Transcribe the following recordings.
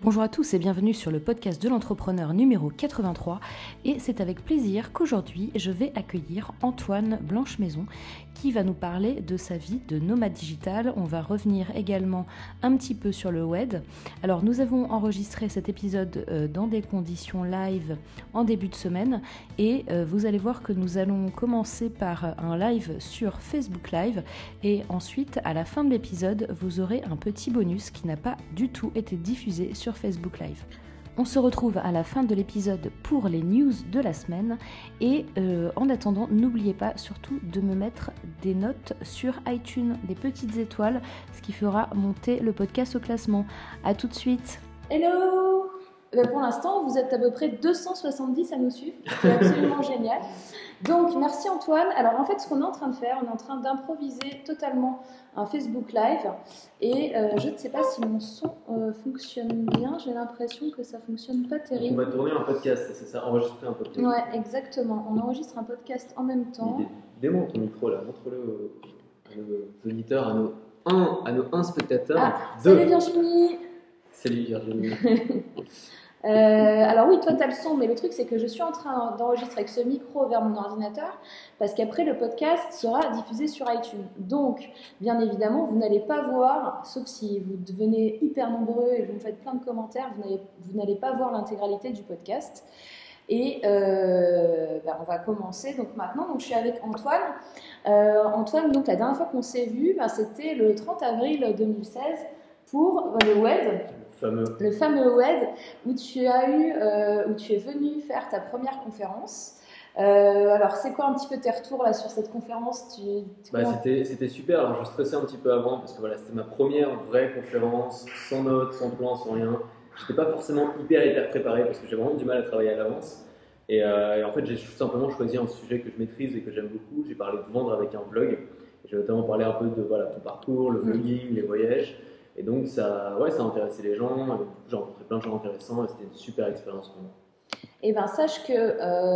Bonjour à tous et bienvenue sur le podcast de l'entrepreneur numéro 83 et c'est avec plaisir qu'aujourd'hui je vais accueillir Antoine Blanchemaison qui va nous parler de sa vie de nomade digital. On va revenir également un petit peu sur le web. Alors nous avons enregistré cet épisode dans des conditions live en début de semaine et vous allez voir que nous allons commencer par un live sur Facebook Live et ensuite à la fin de l'épisode vous aurez un petit bonus qui n'a pas du tout été diffusé sur Facebook Live. On se retrouve à la fin de l'épisode pour les news de la semaine et en attendant, n'oubliez pas surtout de me mettre des notes sur iTunes, des petites étoiles, ce qui fera monter le podcast au classement. À tout de suite. Hello! Pour l'instant, vous êtes à peu près 270 à nous suivre, c'est absolument génial. Donc, merci Antoine. Alors, en fait, ce qu'on est en train de faire, on est en train d'improviser totalement un Facebook Live. Et je ne sais pas si mon son fonctionne bien. J'ai l'impression que ça ne fonctionne pas terrible. On va tourner un podcast, c'est ça? Enregistrer un podcast. Ouais, exactement. On enregistre un podcast en même temps. Démonte ton micro là, montre-le à nos auditeurs, à nos 1 spectateurs. Salut Virginie! Salut Virginie. Alors oui, toi tu as le son, mais le truc c'est que je suis en train d'enregistrer avec ce micro vers mon ordinateur parce qu'après le podcast sera diffusé sur iTunes. Donc, bien évidemment, vous n'allez pas voir, sauf si vous devenez hyper nombreux et vous me faites plein de commentaires, vous n'allez pas voir l'intégralité du podcast. Et on va commencer donc maintenant. Donc, je suis avec Antoine. Antoine, donc la dernière fois qu'on s'est vu, c'était le 30 avril 2016 pour le web. Le fameux WED où tu es venu faire ta première conférence. Alors, c'est quoi un petit peu tes retours là sur cette conférence? C'était super. Alors, je stressais un petit peu avant parce que voilà, c'était ma première vraie conférence, sans notes, sans plan, sans rien. J'étais pas forcément hyper préparé parce que j'ai vraiment du mal à travailler à l'avance. Et en fait, j'ai tout simplement choisi un sujet que je maîtrise et que j'aime beaucoup. J'ai parlé de vendre avec un vlog. J'ai notamment parlé un peu de ton parcours, le vlogging, les voyages. Et donc, ça a intéressé les gens. J'ai rencontré plein de gens intéressants et c'était une super expérience pour moi. Eh bien, sache que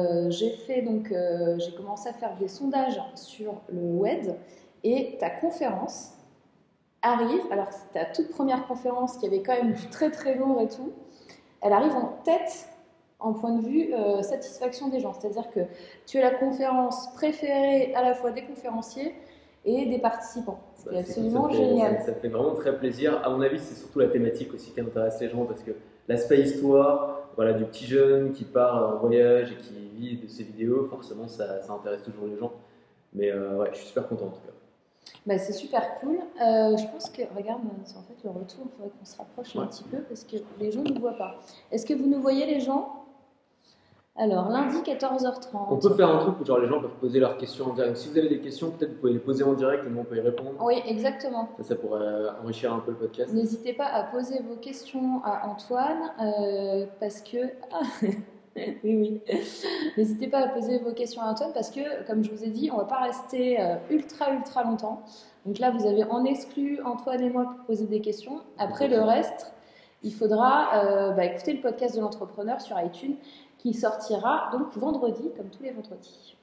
j'ai commencé à faire des sondages sur le web et ta conférence arrive. Alors, c'était ta toute première conférence qui avait quand même du très très lourd et tout. Elle arrive en tête en point de vue satisfaction des gens. C'est-à-dire que tu es la conférence préférée à la fois des conférenciers et des participants. C'est absolument génial. Ça fait vraiment très plaisir. À mon avis, c'est surtout la thématique aussi qui intéresse les gens parce que l'aspect histoire, voilà, du petit jeune qui part en voyage et qui vit de ses vidéos, forcément, ça intéresse toujours les gens. Mais je suis super content en tout cas. C'est super cool. Je pense que, regarde, en fait, le retour, il faudrait qu'on se rapproche un petit peu parce que les gens ne nous voient pas. Est-ce que vous nous voyez, les gens? Alors, lundi 14h30. On peut faire un truc où genre, les gens peuvent poser leurs questions en direct. Si vous avez des questions, peut-être vous pouvez les poser en direct et nous on peut y répondre. Oui, exactement. Ça pourrait enrichir un peu le podcast. N'hésitez pas à poser vos questions à Antoine parce que... oui. N'hésitez pas à poser vos questions à Antoine parce que, comme je vous ai dit, on ne va pas rester ultra longtemps. Donc là, vous avez en exclu Antoine et moi pour poser des questions. Après, le reste, il faudra écouter le podcast de l'entrepreneur sur iTunes qui sortira donc vendredi, comme tous les vendredis.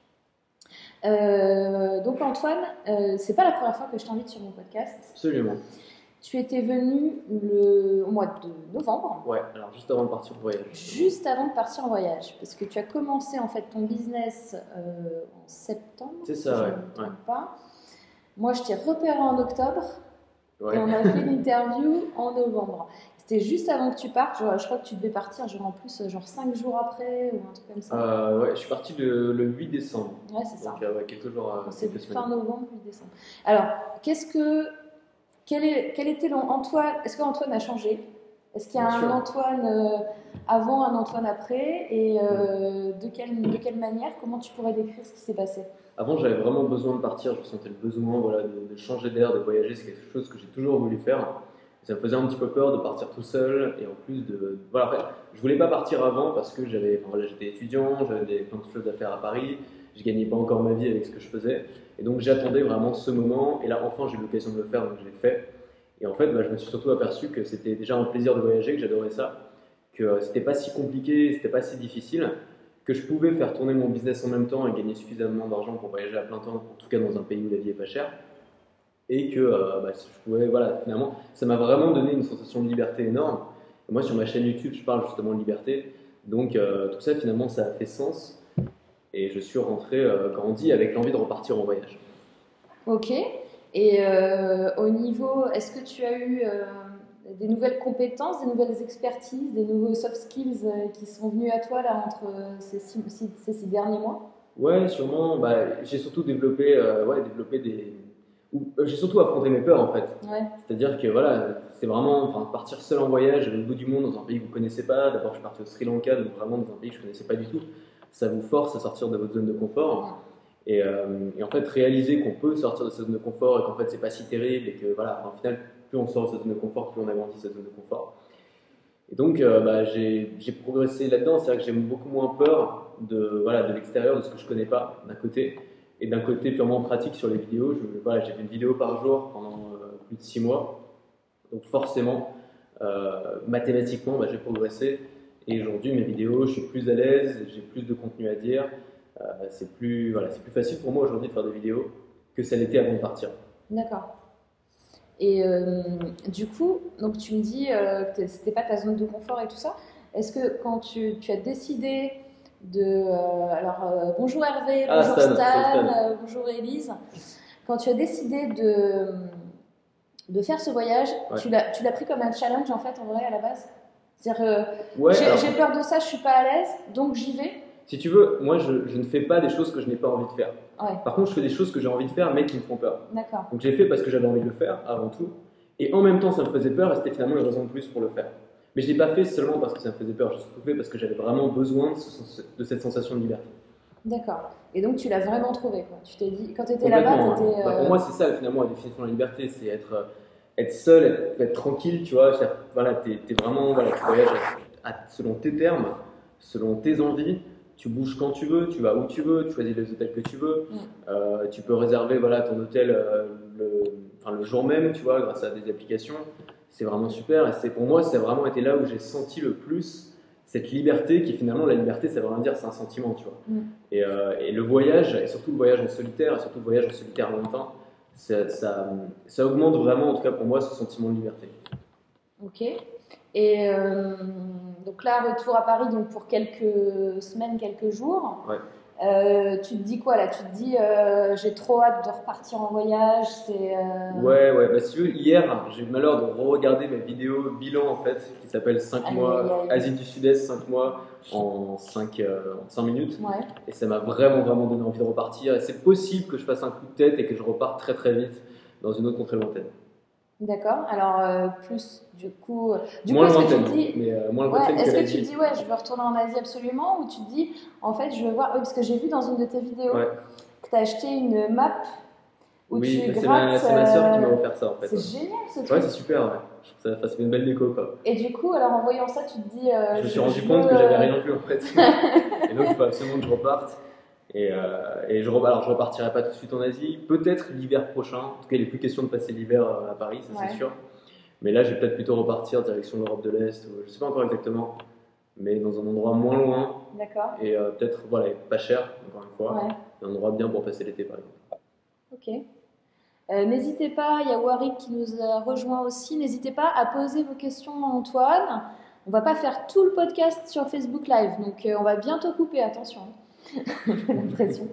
Donc Antoine, c'est pas la première fois que je t'invite sur mon podcast. Absolument. Tu étais venu au mois de novembre. Ouais, alors juste avant de partir en voyage. Juste avant de partir en voyage, parce que tu as commencé en fait ton business en septembre. C'est ça, je ne me trompe pas. Moi, je t'ai repéré en octobre et on a fait l'interview en novembre. C'était juste avant que tu partes. Je crois que tu devais partir en plus 5 jours après ou un truc comme ça. Ouais, je suis parti le 8 décembre. Ouais, c'est ça. Donc quelques jours. C'est fin novembre, 8 décembre. Alors, quel était Antoine? Est-ce qu'Antoine a changé? Est-ce qu'il y a un Antoine avant, un Antoine après? Et de quelle manière? Comment tu pourrais décrire ce qui s'est passé? Avant, j'avais vraiment besoin de partir. Je ressentais le besoin de changer d'air, de voyager. C'est quelque chose que j'ai toujours voulu faire. Ça me faisait un petit peu peur de partir tout seul. Et en plus, je voulais pas partir avant parce que j'étais étudiant, j'avais plein de choses à faire à Paris. Je gagnais pas encore ma vie avec ce que je faisais. Et donc, j'attendais vraiment ce moment. Et là, enfin, j'ai eu l'occasion de le faire, donc je l'ai fait. Et en fait, je me suis surtout aperçu que c'était déjà un plaisir de voyager, que j'adorais ça, que c'était pas si compliqué, c'était pas si difficile, que je pouvais faire tourner mon business en même temps et gagner suffisamment d'argent pour voyager à plein temps, en tout cas dans un pays où la vie est pas chère. Et que je pouvais, finalement, ça m'a vraiment donné une sensation de liberté énorme. Moi, sur ma chaîne YouTube, je parle justement de liberté. Donc, tout ça, finalement, ça a fait sens. Et je suis rentré grandi avec l'envie de repartir en voyage. Ok. Et au niveau, est-ce que tu as eu des nouvelles compétences, des nouvelles expertises, des nouveaux soft skills qui sont venus à toi là entre ces 6 derniers mois? Ouais, sûrement. Bah, j'ai surtout développé, développé j'ai surtout affronté mes peurs en fait. Ouais. C'est-à-dire que voilà, c'est vraiment partir seul en voyage à l'autre bout du monde dans un pays que vous ne connaissez pas. D'abord, je suis parti au Sri Lanka, donc vraiment dans un pays que je ne connaissais pas du tout. Ça vous force à sortir de votre zone de confort. Et en fait, réaliser qu'on peut sortir de sa zone de confort et qu'en fait, c'est pas si terrible et que voilà, au final, plus on sort de sa zone de confort, plus on agrandit sa zone de confort. Et donc, j'ai progressé là-dedans. C'est vrai que j'ai beaucoup moins peur de l'extérieur, de ce que je connais pas, d'un côté. Et d'un côté purement pratique sur les vidéos, j'ai fait une vidéo par jour pendant plus de 6 mois. Donc forcément, mathématiquement, j'ai progressé. Et aujourd'hui, mes vidéos, je suis plus à l'aise, j'ai plus de contenu à dire. C'est plus facile pour moi aujourd'hui de faire des vidéos que ça l'était avant de partir. D'accord. Et du coup, donc tu me dis que c'était pas ta zone de confort et tout ça. Est-ce que quand tu as décidé de... bonjour Hervé, bonjour Stan, bonjour Élise. Quand tu as décidé de faire ce voyage, Ouais. tu l'as pris comme un challenge en fait, en vrai, à la base? C'est-à-dire, Ouais, j'ai peur de ça, je suis pas à l'aise, donc j'y vais. Si tu veux, moi je ne fais pas des choses que je n'ai pas envie de faire. Ouais. Par contre, je fais des choses que j'ai envie de faire mais qui me font peur. D'accord. Donc j'ai fait parce que j'avais envie de le faire avant tout. Et en même temps, ça me faisait peur et c'était finalement une raison de plus pour le faire. Mais je ne l'ai pas fait seulement parce que ça me faisait peur, j'ai surtout fait parce que j'avais vraiment besoin de cette sensation de liberté. D'accord. Et donc tu l'as vraiment trouvé, quoi. Tu t'es dit, quand tu étais là-bas, tu étais. Pour moi, c'est ça finalement la définition de la liberté, c'est être seul, être tranquille, tu vois. Voilà, t'es vraiment, voilà, tu voyages selon tes termes, selon tes envies. Tu bouges quand tu veux, tu vas où tu veux, tu choisis les hôtels que tu veux. Tu peux réserver voilà, ton hôtel le jour même, tu vois, grâce à des applications. C'est vraiment super. Et pour moi, ça a vraiment été là où j'ai senti le plus cette liberté qui finalement, la liberté, ça veut rien dire, c'est un sentiment, tu vois. Et le voyage, et surtout le voyage en solitaire, et surtout le voyage en solitaire lointain, ça augmente vraiment, en tout cas pour moi, ce sentiment de liberté. Ok. Et donc là, retour à Paris donc pour quelques semaines, quelques jours. Ouais. Tu te dis quoi là? Tu te dis j'ai trop hâte de repartir en voyage. Ouais. Bah, si tu veux, hier, j'ai eu le malheur de re-regarder mes vidéos bilan en fait, qui s'appelle 5 mois, Asie du Sud-Est, 5 mois en 5 minutes. Ouais. Et ça m'a vraiment donné envie de repartir. Et c'est possible que je fasse un coup de tête et que je reparte très très vite dans une autre contrée lointaine. D'accord. Alors plus du coup moins est-ce lointaine, que tu dis mais moins lointaine est-ce que que l'Asie. tu dis ouais, je veux retourner en Asie absolument, ou tu te dis en fait je veux voir, parce que j'ai vu dans une de tes vidéos que tu as acheté une map où tu grattes. C'est ma soeur qui m'a offert ça en fait. C'est génial ce truc. Ouais, c'est super, ouais. Je trouve ça fait une belle déco quoi. Et du coup, alors en voyant ça, tu te dis. Je me suis rendu compte que j'avais rien vu en fait. Et donc il faut absolument que je reparte. Je repartirai pas tout de suite en Asie, peut-être l'hiver prochain. En tout cas, il n'est plus question de passer l'hiver à Paris, ça c'est sûr. Mais là, je vais peut-être plutôt repartir direction l'Europe de l'Est, je ne sais pas encore exactement, mais dans un endroit moins loin. D'accord. Et peut-être pas cher, encore une fois. Un endroit bien pour passer l'été par exemple. Ok. N'hésitez pas, il y a Warwick qui nous a rejoint aussi. N'hésitez pas à poser vos questions à Antoine. On va pas faire tout le podcast sur Facebook Live, donc on va bientôt couper, attention. J'ai l'impression.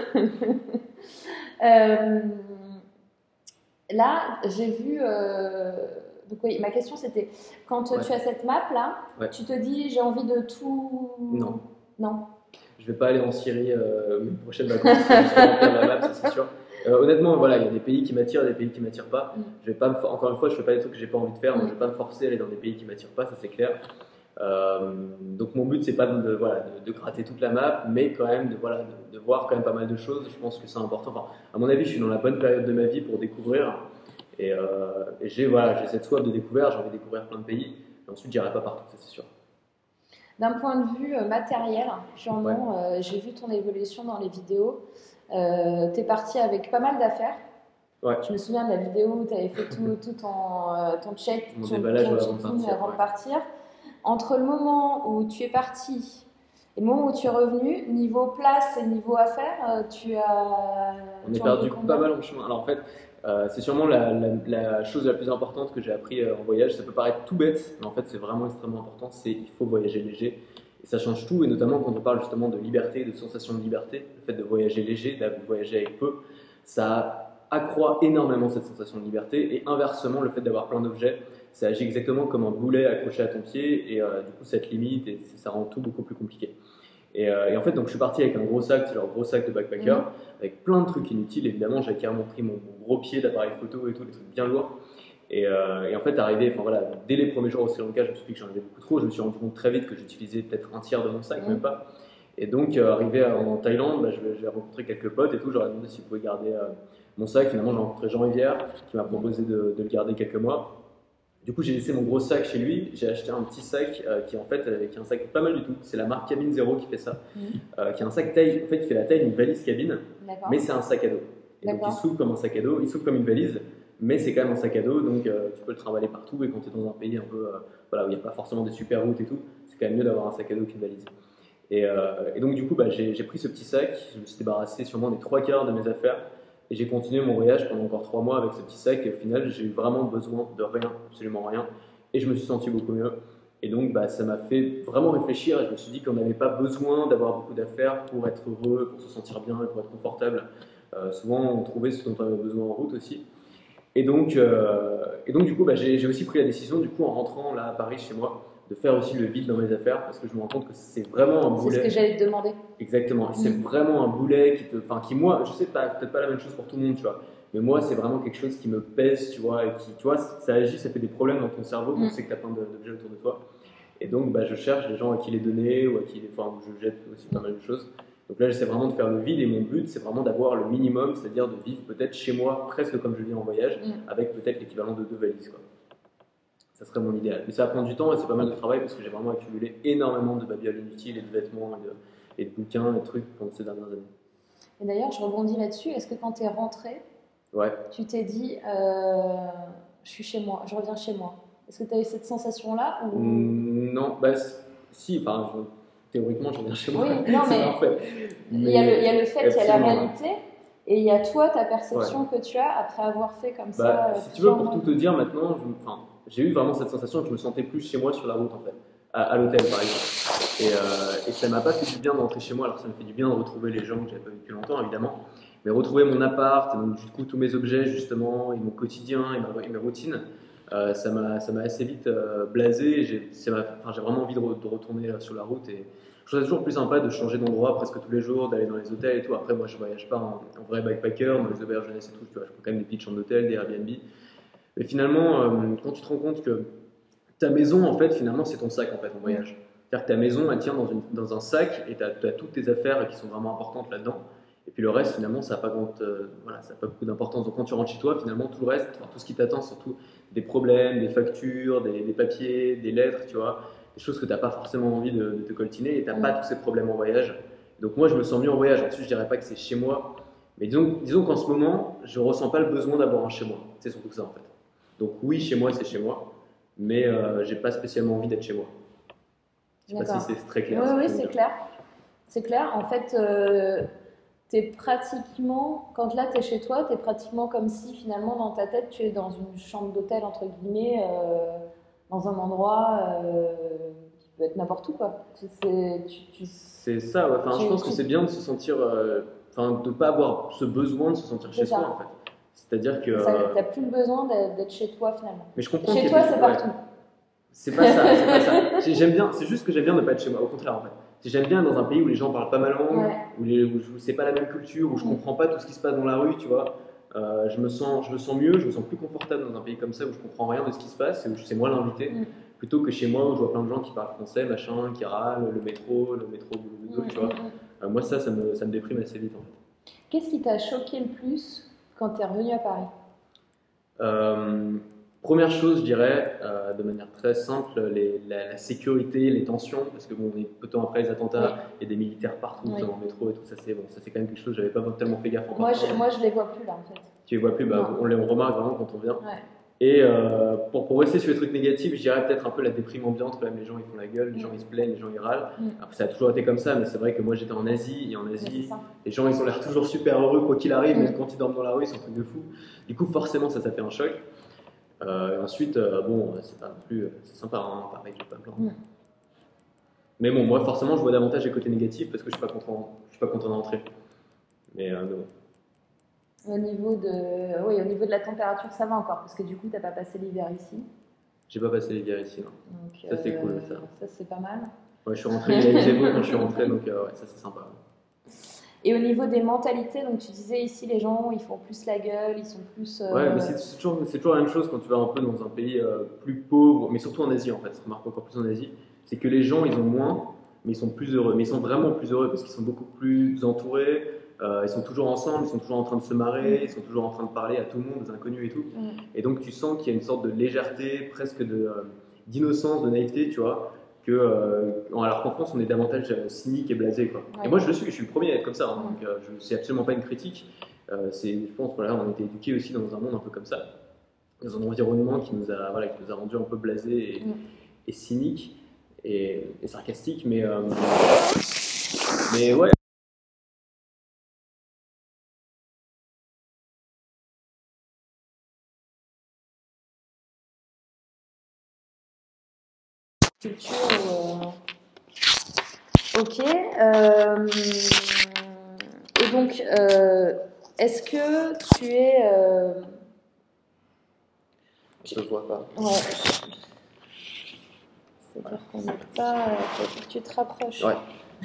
Là, j'ai vu. Donc oui, ma question c'était, quand tu as cette map là, tu te dis j'ai envie de tout. Non. Je vais pas aller en Syrie mes prochaines vacances. Je vais remplir la map, ça c'est sûr. Honnêtement, voilà, il y a des pays qui m'attirent, des pays qui m'attirent pas. Je vais pas encore une fois, je fais pas des trucs que j'ai pas envie de faire, donc je vais pas me forcer à aller dans des pays qui m'attirent pas, ça c'est clair. Donc mon but c'est pas de gratter toute la map, mais quand même de voir quand même pas mal de choses. Je pense que c'est important. Enfin, à mon avis, je suis dans la bonne période de ma vie pour découvrir. Et j'ai cette soif de découverte, j'ai envie de découvrir plein de pays. Et ensuite, j'irai pas partout, ça c'est sûr. D'un point de vue matériel, purement, j'ai vu ton évolution dans les vidéos. Tu es parti avec pas mal d'affaires. Je me souviens de la vidéo où tu avais fait tout ton check, ton check-in avant de partir. Entre le moment où tu es parti et le moment où tu es revenu, niveau place et niveau affaires, on est perdu pas mal en chemin. Alors en fait, C'est sûrement la chose la plus importante que j'ai appris en voyage. Ça peut paraître tout bête, mais en fait c'est vraiment extrêmement important. C'est il faut voyager léger. Et ça change tout, et notamment quand on parle justement de liberté, de sensation de liberté, le fait de voyager léger, de voyager avec peu, ça accroît énormément cette sensation de liberté. Et inversement, le fait d'avoir plein d'objets, ça agit exactement comme un boulet accroché à ton pied, et du coup ça te limite, et ça rend tout beaucoup plus compliqué. Et en fait, donc, je suis parti avec un gros sac, c'est leur gros sac de backpacker, avec plein de trucs inutiles. Évidemment, j'avais carrément pris mon gros pied d'appareil photo et tout, des trucs bien lourds. Et en fait, arrivé, enfin voilà, dès les premiers jours au Sri Lanka, je me suis dit que j'en avais beaucoup trop. Je me suis rendu compte très vite que j'utilisais peut-être un tiers de mon sac, même pas. Et donc, arrivé en Thaïlande, j'ai rencontré quelques potes et tout. J'aurais demandé s'ils pouvaient garder mon sac. Finalement, j'ai rencontré Jean Rivière qui m'a proposé de le garder quelques mois. Du coup, j'ai laissé mon gros sac chez lui. J'ai acheté un petit sac qui, en fait, qui est un sac pas mal du tout. C'est la marque Cabin Zero qui fait ça. Qui est un sac taille, en fait, qui fait la taille d'une valise cabine, mais c'est un sac à dos. Et donc, il s'ouvre comme un sac à dos, il s'ouvre comme une valise, mais c'est quand même un sac à dos, donc tu peux le trimballer partout. Et quand tu es dans un pays un peu voilà, où il n'y a pas forcément des super routes et tout, c'est quand même mieux d'avoir un sac à dos qu'une valise. Et donc, du coup, j'ai pris ce petit sac. Je me suis débarrassé sûrement des 3/4 de mes affaires. Et j'ai continué mon voyage pendant encore 3 mois avec ce petit sac. Et au final, j'ai eu vraiment besoin de rien, absolument rien. Et je me suis senti beaucoup mieux. Et donc, ça m'a fait vraiment réfléchir. Et je me suis dit qu'on n'avait pas besoin d'avoir beaucoup d'affaires pour être heureux, pour se sentir bien et pour être confortable. Souvent, on trouvait ce dont on avait besoin en route aussi. Et donc du coup, j'ai aussi pris la décision, du coup, en rentrant là à Paris chez moi, de faire aussi le vide dans mes affaires parce que je me rends compte que c'est vraiment un boulet. C'est ce que j'allais te demander. Exactement. C'est vraiment un boulet qui moi, je sais pas, peut-être pas la même chose pour tout le monde, tu vois. Mais moi, c'est vraiment quelque chose qui me pèse, tu vois, et qui, tu vois, ça agit, ça fait des problèmes dans ton cerveau quand tu sais que tu as plein d'objets autour de toi. Et donc, je cherche des gens à qui les donner ou à qui les, enfin, je jette aussi pas mal de choses. Donc là, j'essaie vraiment de faire le vide et mon but, c'est vraiment d'avoir le minimum, c'est-à-dire de vivre peut-être chez moi, presque comme je vis en voyage, avec peut-être l'équivalent de 2 valises, quoi. Ça serait mon idéal. Mais ça va prendre du temps et c'est pas mal de travail parce que j'ai vraiment accumulé énormément de babioles inutiles et de vêtements et de bouquins et de trucs pendant ces dernières années. Et d'ailleurs, je rebondis là-dessus. Est-ce que quand tu es rentré, tu t'es dit je suis chez moi, je reviens chez moi? Est-ce que tu as eu cette sensation-là ou... Non, si, enfin, théoriquement, je reviens chez moi. Oui, non, mais il y a le fait, il y a la réalité. Et il y a toi, ta perception que tu as après avoir fait comme ça. Si tu veux, pour tout te dire, maintenant, j'ai eu vraiment cette sensation que je me sentais plus chez moi sur la route, en fait, à l'hôtel, par exemple. Et ça m'a pas fait du bien de rentrer chez moi. Alors, ça me fait du bien de retrouver les gens que j'avais pas vu depuis longtemps, évidemment. Mais retrouver mon appart, et donc, du coup, tous mes objets, justement, et mon quotidien, et mes routines, ça m'a assez vite blasé. J'ai vraiment envie de retourner sur la route. Et je trouve ça toujours plus sympa de changer d'endroit presque tous les jours, d'aller dans les hôtels et tout. Après, moi, je voyage pas en vrai backpacker, dans les auberges jeunesse et tout. Tu vois, je prends quand même des petites chambres d'hôtel, des Airbnb. Mais finalement, quand tu te rends compte que ta maison, en fait, finalement, c'est ton sac en fait en voyage. C'est-à-dire que ta maison, elle tient dans un sac et tu as toutes tes affaires qui sont vraiment importantes là-dedans. Et puis le reste, finalement, ça n'a pas, ça pas beaucoup d'importance. Donc quand tu rentres chez toi, finalement, tout le reste, enfin, tout ce qui t'attend, surtout des problèmes, des factures, des papiers, des lettres, tu vois, des choses que tu n'as pas forcément envie de te coltiner et tu n'as pas tous ces problèmes en voyage. Donc moi, je me sens mieux en voyage. Ensuite, je dirais pas que c'est chez moi, mais disons qu'en ce moment, je ressens pas le besoin d'avoir un chez moi. C'est surtout ça en fait. Donc oui, chez moi, c'est chez moi, mais j'ai pas spécialement envie d'être chez moi. Je sais pas si c'est très clair. Oui, c'est clair. C'est clair. En fait, t'es pratiquement, quand là t'es chez toi, t'es pratiquement comme si finalement dans ta tête tu es dans une chambre d'hôtel entre guillemets, dans un endroit qui peut être n'importe où quoi. C'est ça. Ouais. Enfin, je pense que c'est bien de se sentir, de pas avoir ce besoin de se sentir chez soi en fait. C'est-à-dire que t'as plus le besoin d'être chez toi finalement. Mais je comprends. Chez toi, c'est partout. C'est pas ça, c'est pas ça. J'aime bien, c'est juste que j'aime bien ne pas être chez moi, au contraire en fait. J'aime bien dans un pays où les gens parlent pas ma langue, où c'est pas la même culture, où je comprends pas tout ce qui se passe dans la rue, tu vois. Je me sens mieux, je me sens plus confortable dans un pays comme ça où je comprends rien de ce qui se passe et où c'est moi l'invité, plutôt que chez moi où je vois plein de gens qui parlent français, machin, qui râlent, le métro, boulot, tu vois. Moi ça me déprime assez vite en fait. Qu'est-ce qui t'a choqué le plus quand tu es revenu à Paris? Première chose, je dirais, de manière très simple, la sécurité, les tensions, parce que bon, peu de temps après les attentats, il y a des militaires partout, dans le métro et tout ça, c'est quand même quelque chose, j'avais pas tellement fait gaffe en moi je les vois plus là en fait. Tu les vois plus, on les remarque vraiment quand on vient. Et pour rester sur les trucs négatifs, je dirais peut-être un peu la déprime ambiante. Quand même, les gens ils font la gueule, les gens ils se plaignent, les gens ils râlent. Après, ça a toujours été comme ça, mais c'est vrai que moi j'étais en Asie, et en Asie, les gens ils ont l'air toujours super heureux quoi qu'il arrive, même quand ils dorment dans la rue, ils sont un truc de fou. Du coup, forcément, ça fait un choc. Et ensuite, bon, c'est pas non plus, c'est sympa, hein, pareil, je vais pas me plaindre. Mais bon, moi forcément, je vois davantage les côtés négatifs parce que je suis pas content d'entrer. Mais bon. Au niveau de la température, ça va encore, parce que du coup, tu n'as pas passé l'hiver ici. J'ai pas passé l'hiver ici, non. Donc, ça, c'est cool, ça. Ça, c'est pas mal. Ouais, je suis rentré, il faisait beau quand je suis rentré, donc ouais, ça, c'est sympa. Et au niveau des mentalités, donc tu disais ici, les gens, ils font plus la gueule, ils sont plus... Ouais, mais c'est toujours la même chose quand tu vas un peu dans un pays plus pauvre, mais surtout en Asie, en fait, ça se remarque encore plus en Asie, c'est que les gens, ils ont moins, mais ils sont plus heureux. Mais ils sont vraiment plus heureux parce qu'ils sont beaucoup plus entourés. Ils sont toujours ensemble, ils sont toujours en train de se marrer, ils sont toujours en train de parler à tout le monde, aux inconnus et tout. Et donc tu sens qu'il y a une sorte de légèreté, presque d'innocence, de naïveté, tu vois, alors qu'en France on est davantage cynique et blasé, quoi. Ouais. Et moi je suis le premier à être comme ça, hein, donc c'est absolument pas une critique. Je pense voilà, on a été éduqués aussi dans un monde un peu comme ça, dans un environnement qui nous a rendu un peu blasés et cyniques et sarcastiques, mais ouais. Culture ok. Et donc, est-ce que tu es... Je te vois pas. Ouais. C'est-à-dire qu'on n'est pas... faut que tu te rapproches. Ouais.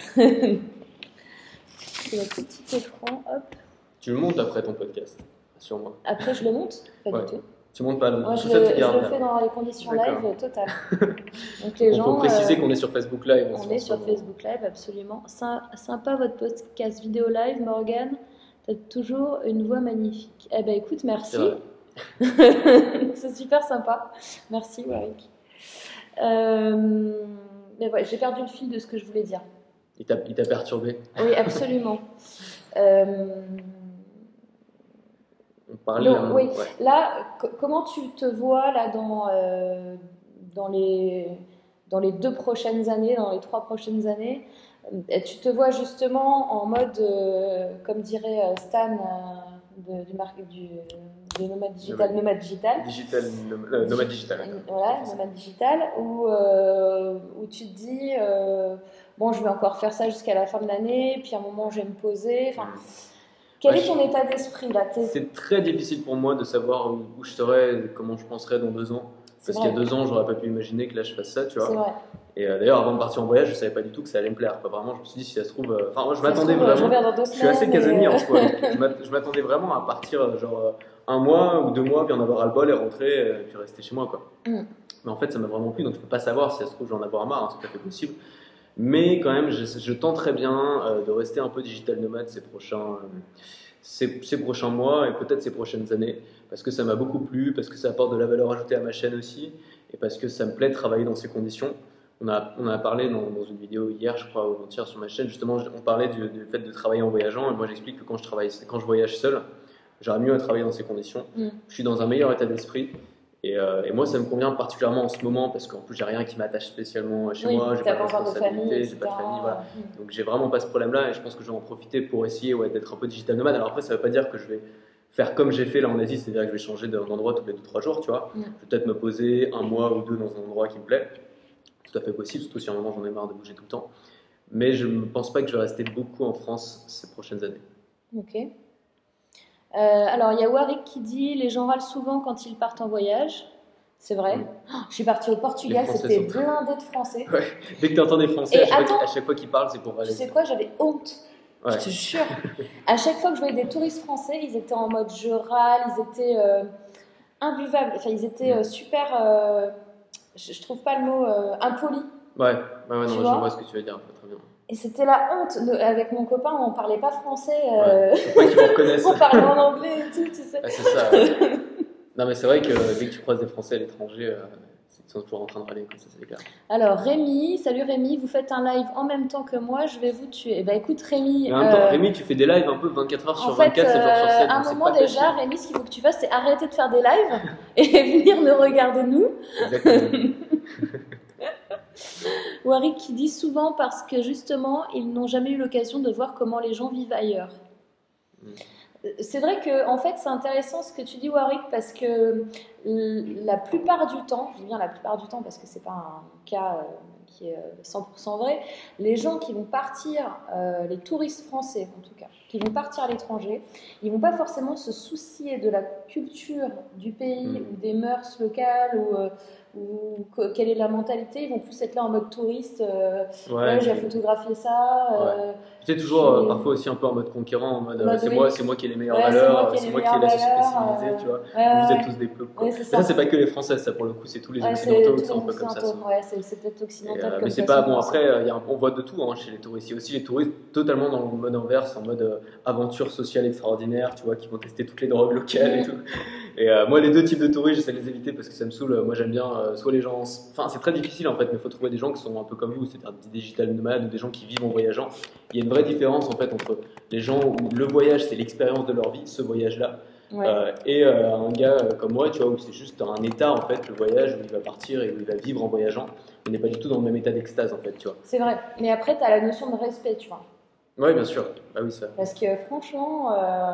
C'est le petit écran, hop. Tu le montes après ton podcast, sur moi. Après, je le monte? Pas du tout. Tu montes pas, donc moi, je le fais dans les conditions live totales. Donc les gens. Il faut préciser qu'on est sur Facebook Live. On est sur Facebook Live, absolument. Sympa votre podcast vidéo live, Morgane. T'as toujours une voix magnifique. Eh ben écoute, merci. C'est super sympa. Merci, Warwick. Mais ouais, j'ai perdu le fil de ce que je voulais dire. Il t'a perturbé? Oui, absolument. On parlait oui. Ouais. Là, comment tu te vois là dans les 2 prochaines années, dans les 3 prochaines années? Tu te vois justement en mode, comme dirait Stan du Nomade Digital. Nomade Digital. Voilà, Nomade Digital, où tu te dis, bon, je vais encore faire ça jusqu'à la fin de l'année, puis à un moment, je vais me poser. Enfin, quel est ton état d'esprit là? C'est très difficile pour moi de savoir où je serais, comment je penserais dans 2 ans. Parce qu'il y a 2 ans, j'aurais pas pu imaginer que là je fasse ça, tu vois. C'est vrai. Et d'ailleurs, avant de partir en voyage, je savais pas du tout que ça allait me plaire. Vraiment, je me suis dit, si ça se trouve. Enfin, moi, je m'attendais vraiment. Je suis assez casanier en soi. Je m'attendais vraiment à partir, genre, 1 mois ou 2 mois, puis en avoir ras-le-bol et rentrer, et puis rester chez moi, quoi. Mais en fait, ça m'a vraiment plu, donc je peux pas savoir si ça se trouve, j'en avoir marre, hein, c'est tout à fait possible. Mais quand même, je tente très bien de rester un peu digital nomade ces prochains mois et peut-être ces prochaines années, parce que ça m'a beaucoup plu, parce que ça apporte de la valeur ajoutée à ma chaîne aussi, et parce que ça me plaît de travailler dans ces conditions. On a parlé dans une vidéo hier, je crois, ou avant-hier sur ma chaîne, justement, on parlait du fait de travailler en voyageant, et moi j'explique que quand je voyage seul, j'aurais mieux à travailler dans ces conditions. Je suis dans un meilleur état d'esprit, et moi ça me convient particulièrement en ce moment, parce qu'en plus j'ai rien qui m'attache spécialement chez moi, j'ai pas de responsabilité, j'ai pas de famille, voilà. Donc j'ai vraiment pas ce problème-là, et je pense que je vais en profiter pour essayer d'être un peu digital nomade. Alors après, ça veut pas dire que je vais faire comme j'ai fait là en Asie, c'est-à-dire que je vais changer d'endroit tous les 2-3 jours, tu vois. Je vais peut-être me poser 1 mois ou 2 dans un endroit qui me plaît. Tout à fait possible, surtout si à un moment j'en ai marre de bouger tout le temps. Mais je ne pense pas que je vais rester beaucoup en France ces prochaines années. Ok. Alors il y a Warwick qui dit les gens râlent souvent quand ils partent en voyage. C'est vrai. Je suis partie au Portugal, c'était blindé de Français. Ouais. Dès que tu entends des Français, à chaque fois qu'ils parlent, c'est pour râler. Tu sais quoi, j'avais honte. Ouais. Je te jure. À chaque fois que je voyais des touristes français, ils étaient en mode je râle, ils étaient imbuvables. Enfin, ils étaient super. Je trouve pas le mot impoli. Ouais, non, je vois ce que tu veux dire, très bien. Et c'était la honte. Avec mon copain, on parlait pas français. Faut pas qu'ils me reconnaissent. On parlait en anglais et tout, tu sais. Ah, c'est ça. Non, mais c'est vrai que dès que tu croises des Français à l'étranger, Ils sont toujours en train de râler, comme ça, c'est clair. Alors Rémi, salut Rémi, vous faites un live en même temps que moi, je vais vous tuer. Eh ben écoute Rémi, Mais en même temps, Rémi, tu fais des lives un peu 24 heures sur en fait, 24, 7 jours sur 7. à un donc c'est moment pas déjà, facile. Rémi, ce qu'il faut que tu fasses, c'est arrêter de faire des lives et venir me regarder nous. Exactement. Warwick qui dit souvent parce que justement, ils n'ont jamais eu l'occasion de voir comment les gens vivent ailleurs. C'est vrai que en fait, c'est intéressant ce que tu dis, Warwick, parce que la plupart du temps, je dis bien la plupart du temps parce que c'est pas un cas qui est 100% vrai, les gens qui vont partir, les touristes français en tout cas, qui vont partir à l'étranger, ils vont pas forcément se soucier de la culture du pays ou des mœurs locales ou quelle est la mentalité. Ils vont plus être là en mode touriste. Ouais, j'ai photographié ça. Tu sais, toujours parfois aussi un peu en mode conquérant, en mode c'est moi qui ai les meilleures Ouais, valeurs, c'est moi qui ai la société valeurs, civilisée, tu vois. ouais, Vous êtes tous des peuples, quoi. ouais, c'est Mais ça. ça, c'est pas que les Français, ça pour le coup, c'est tous les Ouais, Occidentaux qui tous sont un les peu comme ça. Occidentaux. Ouais, c'est peut-être occidental comme Mais ça. c'est pas bon. Après, on voit de tout chez les touristes. Il y a aussi les touristes totalement dans le mode inverse, en mode aventure sociale extraordinaire, tu vois, qui vont tester toutes les drogues locales et tout. Et moi, les deux types de touristes, j'essaie de les éviter parce que ça me saoule. Moi, j'aime bien soit les gens. Enfin, c'est très difficile en fait, mais il faut trouver des gens qui sont un peu comme vous, c'est-à-dire des digital nomades ou des gens qui vivent en voyageant. Il y a une vraie différence en fait entre les gens où le voyage, c'est l'expérience de leur vie, ce voyage-là. Ouais. Et un gars comme moi, tu vois, où c'est juste un état en fait, le voyage, où il va partir et où il va vivre en voyageant. On n'est pas du tout dans le même état d'extase en fait, tu vois. C'est vrai, mais après, tu as la notion de respect, tu vois. Oui, bien sûr. Ah oui, ça. Parce que franchement.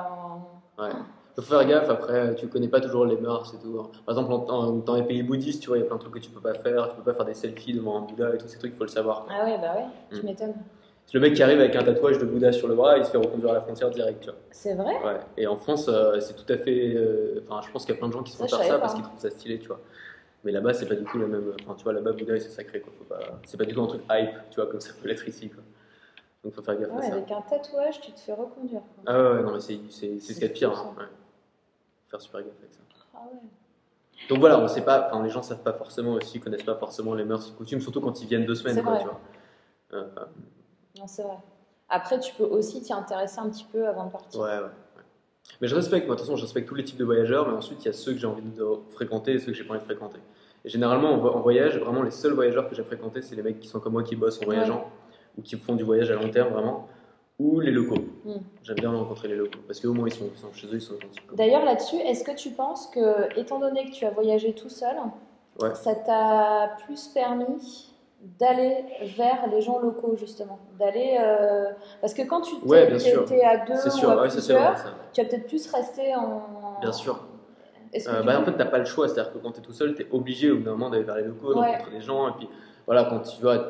Ouais. Faut faire gaffe, après, tu connais pas toujours les mœurs et tout. Par exemple, dans les pays bouddhistes, tu vois, il y a plein de trucs que tu peux pas faire. Tu peux pas faire des selfies devant un Bouddha et tous ces trucs, il faut le savoir. Ah ouais, bah ouais, tu m'étonnes. C'est le mec qui arrive avec un tatouage de Bouddha sur le bras, il se fait reconduire à la frontière direct, tu vois. C'est vrai? Ouais. Et en France, c'est tout à fait. Enfin, je pense qu'il y a plein de gens qui se font faire ça parce qu'ils trouvent ça stylé, tu vois. Mais là-bas, c'est pas du tout la même. Enfin, tu vois, là-bas, Bouddha, c'est sacré, quoi. C'est pas du tout un truc hype, tu vois, comme ça peut l'être ici, quoi. Donc, faut faire gaffe à ça. Avec un tatouage, tu te fais reconduire, quoi. Ah ouais, non, mais c'est ce qu'il y a de pire, hein. Ouais. Faut faire super gaffe avec ça. Ah ouais. Donc voilà, on sait pas, les gens savent pas forcément aussi, connaissent pas forcément les mœurs et coutumes, surtout quand ils viennent 2 semaines, quoi, tu vois. Non, c'est vrai. Après, tu peux aussi t'y intéresser un petit peu avant de partir. Ouais. Mais je respecte, moi, de toute façon, je respecte tous les types de voyageurs, mais ensuite, il y a ceux que j'ai envie de fréquenter et ceux que j'ai pas envie de fréquenter. Et généralement, en voyage, vraiment, les seuls voyageurs que j'ai fréquentés, c'est les mecs qui sont comme moi, qui bossent en voyageant, ou qui font du voyage à long terme, vraiment, ou les locaux. J'aime bien rencontrer les locaux, parce qu'au moins, ils sont chez eux, ils sont gentils. D'ailleurs, là-dessus, est-ce que tu penses que, étant donné que tu as voyagé tout seul, ça t'a plus permis d'aller vers les gens locaux, justement, d'aller parce que quand tu étais à deux ou à plusieurs, tu vas peut-être plus rester en... Bien sûr. En fait, t'as pas le choix, c'est-à-dire que quand t'es tout seul, t'es obligé au bout d'un moment d'aller vers les locaux, de rencontrer des gens, et puis voilà, quand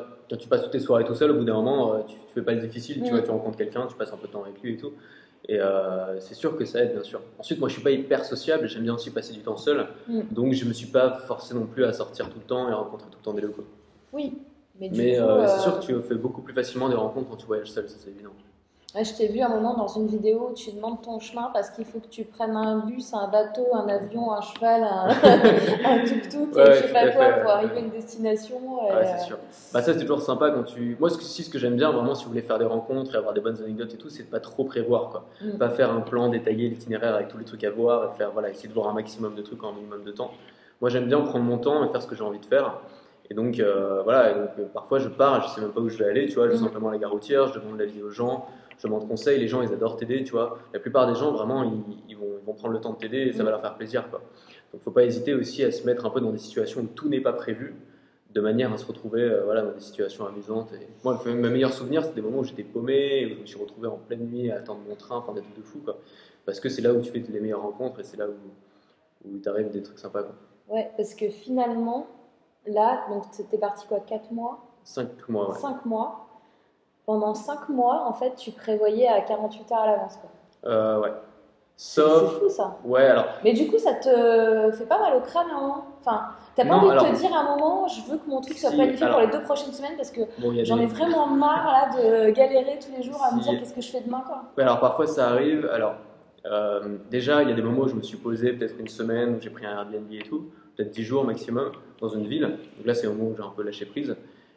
tu passes toutes tes soirées tout seul, au bout d'un moment, tu fais pas le difficile, tu vois, tu rencontres quelqu'un, tu passes un peu de temps avec lui et tout. Et c'est sûr que ça aide, bien sûr. Ensuite, moi, je suis pas hyper sociable, j'aime bien aussi passer du temps seul, donc je me suis pas forcé non plus à sortir tout le temps et à rencontrer tout le temps des locaux. Oui, mais c'est sûr que tu fais beaucoup plus facilement des rencontres quand tu voyages seul, ça c'est évident. Ouais, je t'ai vu un moment dans une vidéo où tu demandes ton chemin parce qu'il faut que tu prennes un bus, un bateau, un avion, un cheval, un tuk-tuk, je sais pas quoi, pour arriver à une destination. Ouais, c'est sûr. Ça, c'est toujours sympa quand tu. Moi, ce que j'aime bien vraiment, si vous voulez faire des rencontres et avoir des bonnes anecdotes et tout, c'est de pas trop prévoir, quoi. Pas faire un plan détaillé, l'itinéraire avec tous les trucs à voir, et essayer de voir un maximum de trucs en un minimum de temps. Moi, j'aime bien prendre mon temps et faire ce que j'ai envie de faire. Et donc, parfois, je pars, je sais même pas où je vais aller, tu vois, je vais simplement à la gare routière, je demande l'avis aux gens. Je demande conseil, les gens ils adorent t'aider, tu vois. La plupart des gens vraiment ils vont prendre le temps de t'aider et ça va leur faire plaisir, quoi. Donc faut pas hésiter aussi à se mettre un peu dans des situations où tout n'est pas prévu, de manière à se retrouver dans des situations amusantes. Et moi, mes meilleurs souvenirs, c'est des moments où j'étais paumé, où je me suis retrouvé en pleine nuit à attendre mon train, enfin des trucs de fou, quoi. Parce que c'est là où tu fais les meilleures rencontres et c'est là où t'arrives des trucs sympas, quoi. Ouais, parce que finalement, là, donc c'était parti quoi, 4 mois 5 mois, ouais. 5 mois. Pendant 5 mois, en fait, tu prévoyais à 48 heures à l'avance, quoi. Ouais. C'est fou, ça. Ouais, alors. Mais du coup, ça te fait pas mal au crâne, hein. Enfin, t'as pas envie de te dire à un moment, je veux que mon truc soit planifié pour les 2 prochaines semaines parce que j'en ai vraiment marre là de galérer tous les jours à me dire qu'est-ce que je fais demain, quoi. Ouais, alors parfois ça arrive. Alors, déjà, il y a des moments où je me suis posé peut-être une semaine où j'ai pris un Airbnb et tout, peut-être 10 jours maximum dans une ville. Donc là, c'est au moment où j'ai un peu lâché prise.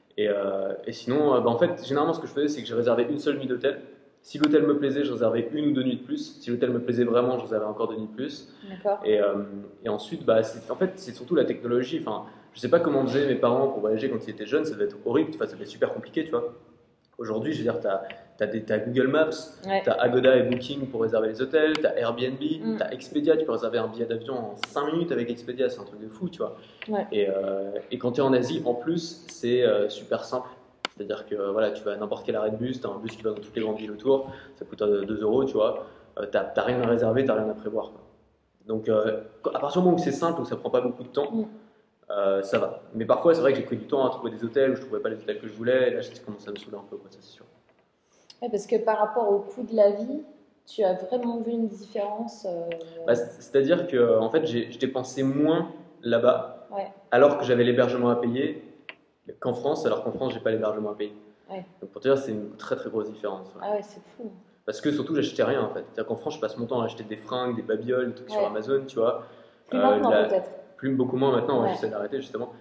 Et sinon, en fait, généralement, ce que je faisais, c'est que j'ai réservé une seule nuit d'hôtel. Si l'hôtel me plaisait, je réservais 1 ou 2 nuits de plus. Si l'hôtel me plaisait vraiment, je réservais encore 2 nuits de plus. D'accord. Et ensuite, en fait, c'est surtout la technologie. Enfin, Je sais pas comment faisaient mes parents pour voyager quand ils étaient jeunes, ça devait être horrible, enfin, ça devait être super compliqué, tu vois. Aujourd'hui, je veux dire, t'as Google Maps, Ouais. t'as Agoda et Booking pour réserver les hôtels, t'as Airbnb, Mm. t'as Expedia, tu peux réserver un billet d'avion en 5 minutes avec Expedia, c'est un truc de fou, tu vois. Ouais. Et quand tu es en Asie, en plus, c'est super simple. C'est-à-dire que voilà, tu vas à n'importe quel arrêt de bus, tu as un bus qui va dans toutes les grandes villes autour, ça coûte 2 euros, tu vois. T'as rien à réserver, t'as rien à prévoir, quoi. Donc, à partir du moment où c'est simple, où ça prend pas beaucoup de temps, Mm. ça va. Mais parfois, c'est vrai que j'ai pris du temps à trouver des hôtels où je trouvais pas les hôtels que je voulais, et là, j'ai commencé à me saouler un peu, quoi, ça c'est sûr. Ouais, parce que par rapport au coût de la vie, tu as vraiment vu une différence. Bah, c'est-à-dire que en fait, je dépensais moins là-bas, Ouais, alors que j'avais l'hébergement à payer, qu'en France, alors qu'en France, j'ai pas l'hébergement à payer. ouais. Donc pour te dire, c'est une très très grosse différence. Ouais. Ah ouais, c'est fou. Parce que surtout, j'achetais rien en fait. C'est-à-dire qu'en France, je passe mon temps à acheter des fringues, des babioles, des trucs sur Ouais. Amazon, tu vois. Plus maintenant La- peut-être. Plus beaucoup moins maintenant, ouais, Ouais. j'essaie d'arrêter justement.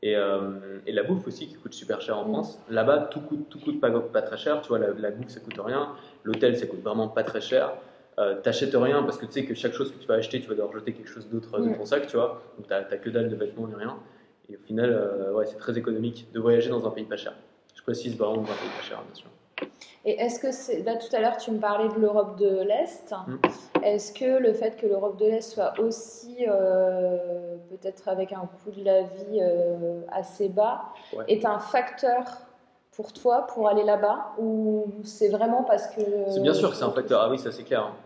Et la bouffe aussi qui coûte super cher en Mm. France. Là-bas, tout coûte pas très cher. Tu vois, la bouffe ça coûte rien. L'hôtel ça coûte vraiment pas très cher. T'achètes rien parce que tu sais que chaque chose que tu vas acheter, tu vas devoir jeter quelque chose d'autre de Mm. ton sac, tu vois. Donc t'as que dalle de vêtements ni rien. Et au final, ouais, c'est très économique de voyager dans un pays pas cher. Je précise vraiment dans un pays pas cher, bien sûr. Et est-ce que c'est. Là tout à l'heure, tu me parlais de l'Europe de l'Est. Mm. Est-ce que le fait que l'Europe de l'Est soit aussi peut-être avec un coût de la vie assez bas Ouais. est un facteur pour toi pour aller là-bas ou c'est vraiment parce que C'est bien sûr que c'est un facteur. Ah oui, ça c'est clair, hein.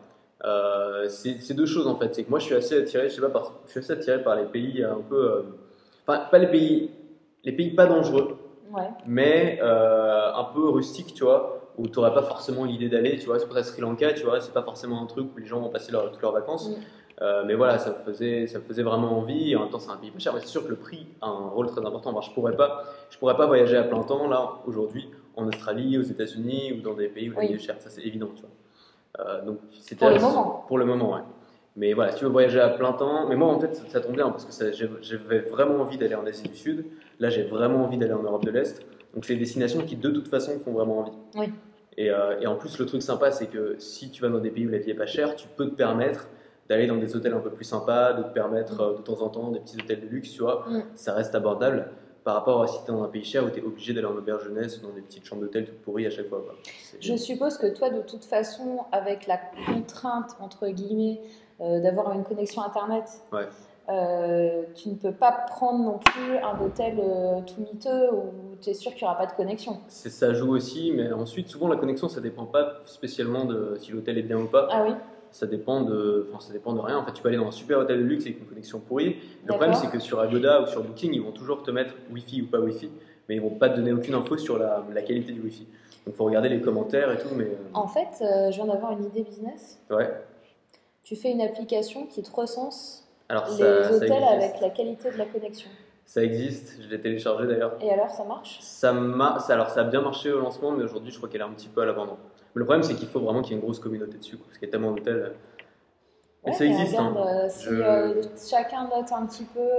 C'est deux choses en fait. C'est que moi je suis assez attiré, je sais pas, je suis assez attiré par les pays un peu. Enfin, pas les pays pas dangereux, Ouais. mais un peu rustiques, tu vois, où tu n'aurais pas forcément l'idée d'aller, tu vois. C'est pour ça Sri Lanka, tu vois, c'est pas forcément un truc où les gens vont passer toutes leurs vacances. Mm. Mais voilà, ça me faisait vraiment envie. Et en même temps, c'est un pays pas cher, mais c'est sûr que le prix a un rôle très important. Enfin, je pourrais pas voyager à plein temps là aujourd'hui en Australie, aux États-Unis ou dans des pays où la Oui. vie est chère. Ça, c'est évident, tu vois. Donc c'était Pour le moment. Pour le moment, ouais. Mais voilà, si tu veux voyager à plein temps, mais moi en fait ça tombe bien parce que j'avais vraiment envie d'aller en Asie du Sud. Là, j'ai vraiment envie d'aller en Europe de l'Est. Donc c'est des destinations qui de toute façon font vraiment envie. Oui. Et en plus, le truc sympa, c'est que si tu vas dans des pays où la vie est pas chère, tu peux te permettre d'aller dans des hôtels un peu plus sympas, de te permettre de temps en temps des petits hôtels de luxe, tu vois. Mm. Ça reste abordable par rapport à si tu es dans un pays cher où tu es obligé d'aller en auberge jeunesse ou dans des petites chambres d'hôtel toutes pourries à chaque fois, quoi. Je suppose que toi, de toute façon, avec la contrainte, entre guillemets, d'avoir une connexion Internet, Ouais. tu ne peux pas prendre non plus un hôtel tout miteux où tu es sûr qu'il n'y aura pas de connexion. Ça joue aussi, mais ensuite, souvent la connexion, ça dépend pas spécialement de si l'hôtel est bien ou pas. Ah oui, Ça dépend ça dépend de rien. En fait, tu peux aller dans un super hôtel de luxe avec une connexion pourrie. Le problème, d'accord. c'est que sur Agoda ou sur Booking, ils vont toujours te mettre Wi-Fi ou pas Wi-Fi, mais ils vont pas te donner aucune info sur la qualité du Wi-Fi. Donc, faut regarder les commentaires et tout, mais En fait, je viens d'avoir une idée business. ouais. Tu fais une application qui te recense Alors les ça hôtels existe. avec la qualité de la connexion. Ça existe. Je l'ai téléchargé d'ailleurs. Et alors, ça marche? Alors ça a bien marché au lancement, mais aujourd'hui, je crois qu'elle est un petit peu à l'abandon. Mais le problème, c'est qu'il faut vraiment qu'il y ait une grosse communauté dessus, quoi, parce qu'il y a tellement d'hôtels. Mais Ouais, ça mais existe, regarde, hein. si chacun note un petit peu.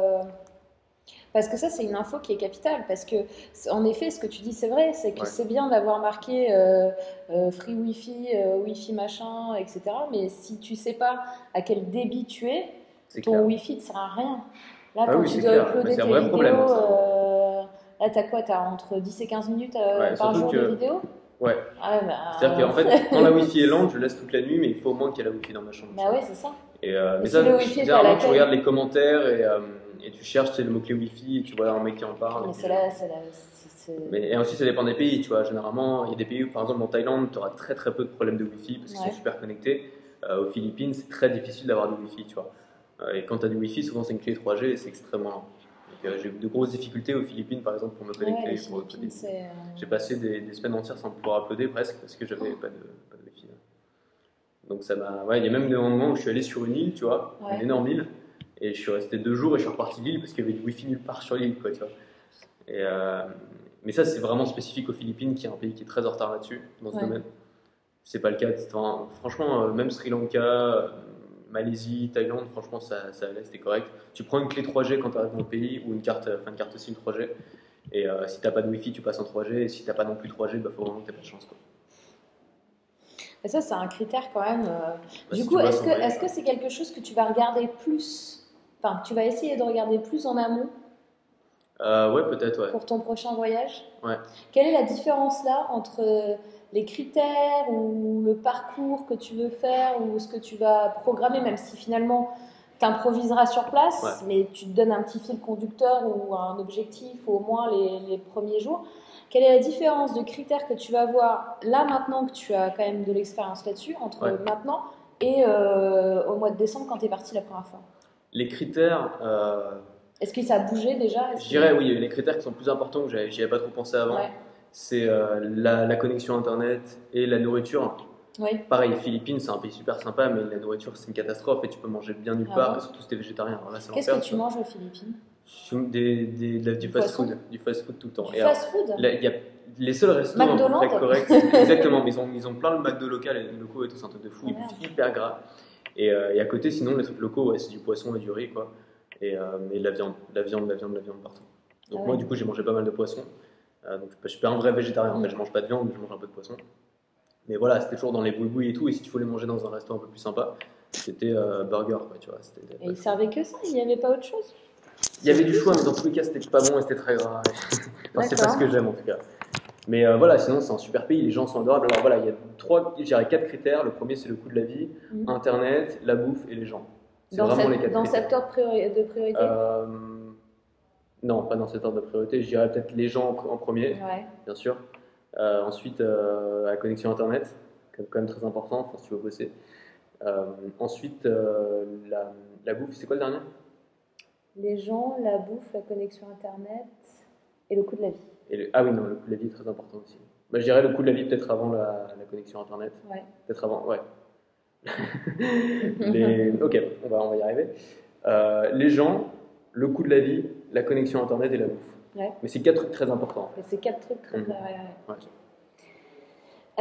Parce que ça, c'est une info qui est capitale. Parce que, en effet, ce que tu dis, c'est vrai. C'est que Ouais. c'est bien d'avoir marqué free Wi-Fi, Wi-Fi machin, etc. Mais si tu sais pas à quel débit tu es, C'est ton clair. Wi-Fi ne sert à rien. Là, Ah quand oui, tu c'est dois clair. Mais uploader c'est un tes vrai vidéos, problème, ça. là, t'as quoi? T'as entre 10 et 15 minutes Ouais, par surtout jour de que- vidéo? Ouais. Ah, bah, C'est-à-dire qu'en fait, quand la Wi-Fi est lente, je laisse toute la nuit, mais il faut au moins qu'il y ait laWi-Fi dans ma chambre. bah ouais, c'est ça. Mais si ça, le Wi-Fi est à généralement, tu l'accueil- regardes les commentaires et tu cherches, tu sais, le mot-clé Wi-Fi et tu vois un mec qui en parle. Mais et puis- c'est là, Et ensuite, ça dépend des pays, tu vois. Généralement, il y a des pays où, par exemple, en Thaïlande, tu auras très très peu de problèmes de Wi-Fi parce qu'ils Ouais. sont super connectés. Aux Philippines, c'est très difficile d'avoir du Wi-Fi, tu vois. Et quand tu as du Wi-Fi, souvent c'est une clé 3G et c'est extrêmement lent. Donc, j'ai eu de grosses difficultés aux Philippines, par exemple, pour me Ouais, connecter. les pour uploader. Philippines, c'est. J'ai passé des semaines entières sans pouvoir uploader presque parce que j'avais pas de Wi-Fi. Donc ça m'a. Ouais, il y a même des moments où je suis allé sur une île, tu vois, Ouais. une énorme île, et je suis resté 2 jours et je suis reparti de l'île parce qu'il y avait du Wi-Fi nulle part sur l'île, quoi, tu vois. Et, mais ça, c'est vraiment spécifique aux Philippines, qui est un pays qui est très en retard là-dessus, dans ce Ouais. domaine. C'est pas le cas. Enfin, franchement, même Sri Lanka, Malaisie, Thaïlande, franchement, ça allait, c'était correct. Tu prends une clé 3G quand tu arrives dans le pays, ou une carte SIM 3G, et si t'as pas de Wi-Fi, tu passes en 3G, et si t'as pas non plus 3G, bah faut vraiment que t'aies pas de chance, quoi. Et ça, c'est un critère quand même. Bah, Du si coup, tu bosses est-ce en que voyage, c'est quelque chose que tu vas regarder plus, enfin, que tu vas essayer de regarder plus en amont Ouais, peut-être, ouais. pour ton prochain voyage? Ouais. Quelle est la différence là entre les critères ou le parcours que tu veux faire ou ce que tu vas programmer, même si finalement tu improviseras sur Ouais. place, mais tu te donnes un petit fil conducteur ou un objectif au moins les premiers jours. Quelle est la différence de critères que tu vas avoir là maintenant que tu as quand même de l'expérience là-dessus entre Ouais. maintenant et au mois de décembre quand tu es parti la première fois? Les critères, Est-ce que ça a bougé déjà? je dirais oui, les critères qui sont plus importants que j'y avais pas trop pensé avant, Ouais. c'est la connexion internet et la nourriture. Oui. Pareil, Philippines, c'est un pays super sympa, mais la nourriture, c'est une catastrophe et tu peux manger bien nulle Ah part, bon? et surtout si t'es végétarien. Alors là, c'est Qu'est-ce l'enfer, que tu tu vois. manges aux Philippines? Du fast poisson? food, du fast food tout le temps. Du Et alors, fast-food? là, il y a les seuls restos à peu près McDonald's? corrects, exactement, mais ils ont plein de McDo locaux et tout, c'est un truc de fou, Oh ils merde. bouffent hyper gras. Et à côté, sinon, les trucs locaux, ouais, c'est du poisson et du riz, quoi. Et de la viande partout. Donc Ah moi, ouais. du coup, j'ai mangé pas mal de poissons. Donc je suis pas un vrai végétarien, en fait, Mm. je mange pas de viande, mais je mange un peu de poisson. Mais voilà, c'était toujours dans les boui et tout, et si tu voulais manger dans un restaurant un peu plus sympa, c'était burger, quoi, tu vois. Et ils servaient que ça? Il n'y avait pas autre chose? Il y avait du choix, mais dans tous les cas, c'était pas bon et c'était très gras. Enfin, c'est pas ce D'accord. que j'aime en tout cas. Mais voilà, sinon c'est un super pays, les gens sont adorables. Alors voilà, il y a je dirais 4 critères. Le premier, c'est le coût de la vie, Mm. Internet, la bouffe et les gens. C'est Dans vraiment les 4 dans critères. cet ordre de priorité? Euh, non, pas dans cet ordre de priorité. Je dirais peut-être les gens en premier, Ouais. bien sûr. Ensuite, la connexion Internet, quand même très important enfin, si tu veux bosser. Ensuite, la bouffe, c'est quoi le dernier? Les gens, la bouffe, la connexion Internet et le coût de la vie. Ah oui, non, le coût de la vie est très important aussi. Bah, je dirais le coût de la vie peut-être avant la connexion Internet. Ouais. Peut-être avant, ouais. Ok, on va y arriver. Les gens, le coût de la vie, la connexion Internet et la bouffe. Ouais. Mais c'est 4 trucs très importants. Et c'est 4 trucs très Mhm. très. Ouais. Ouais.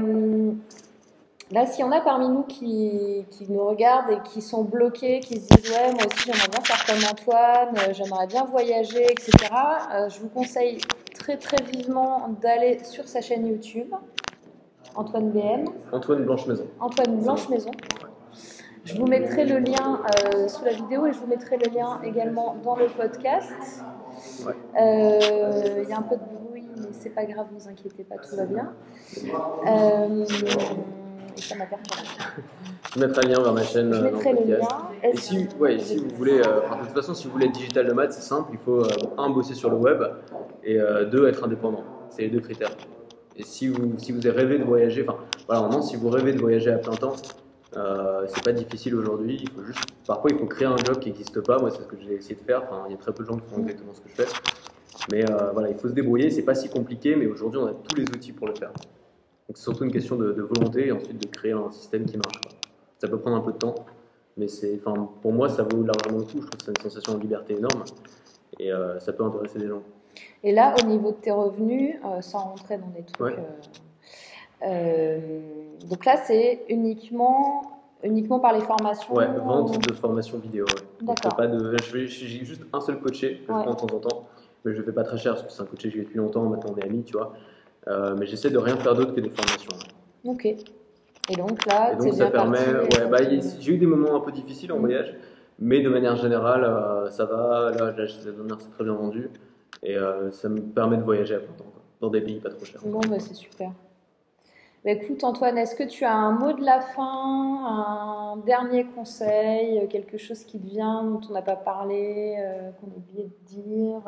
Là, s'il y en a parmi nous qui nous regardent et qui sont bloqués, qui se disent ouais, moi aussi j'aimerais bien faire comme Antoine, j'aimerais bien voyager, etc. Je vous conseille très très vivement d'aller sur sa chaîne YouTube, Antoine BM, Antoine Blanche-Maison. Antoine Blanche-Maison. Je vous mettrai le lien sous la vidéo et je vous mettrai le lien également dans le podcast. Ouais. Il y a un peu de bruit, mais c'est pas grave, vous inquiétez pas, tout va bien. Et ça m'interpelle. Je mettrai un lien vers ma chaîne Je dans le mettrai le podcast. lien. Et si vous voulez, de toute façon, si vous voulez être digital nomade, c'est simple. Il faut, un, bosser sur le web et deux, être indépendant. C'est les deux critères. Et si vous rêvez de voyager, enfin, voilà, vraiment, si vous rêvez de voyager à plein temps, c'est pas difficile aujourd'hui. Parfois, il faut créer un job qui n'existe pas. Moi, c'est ce que j'ai essayé de faire. Enfin, il y a très peu de gens qui font exactement ce que je fais. Mais voilà, il faut se débrouiller. C'est pas si compliqué, mais aujourd'hui, on a tous les outils pour le faire. Donc, c'est surtout une question de volonté et ensuite de créer un système qui marche, quoi. Ça peut prendre un peu de temps, mais pour moi, ça vaut largement le coup. Je trouve que c'est une sensation de liberté énorme et ça peut intéresser des gens. Et là, au niveau de tes revenus, sans rentrer dans des trucs. Ouais. Donc là, c'est uniquement par les formations. Ouais, vente de formation vidéo. Ouais. Donc, D'accord. j'ai juste un seul coaché que Ouais. je prends de temps en temps, mais je le fais pas très cher parce que c'est un coaché que j'ai depuis longtemps. Maintenant, on est amis, tu vois. Mais j'essaie de rien faire d'autre que des formations. Ouais. Ok. Et donc là, Et donc ça permet. J'ai eu des moments un peu difficiles en voyage, mais de manière générale, ça va. Là, c'est très bien vendu et ça me permet de voyager à plein temps, quoi, dans des pays pas trop chers. Bon, bah, c'est super. Bah, écoute Antoine, est-ce que tu as un mot de la fin, un dernier conseil, quelque chose qui te vient, dont on n'a pas parlé, qu'on a oublié de dire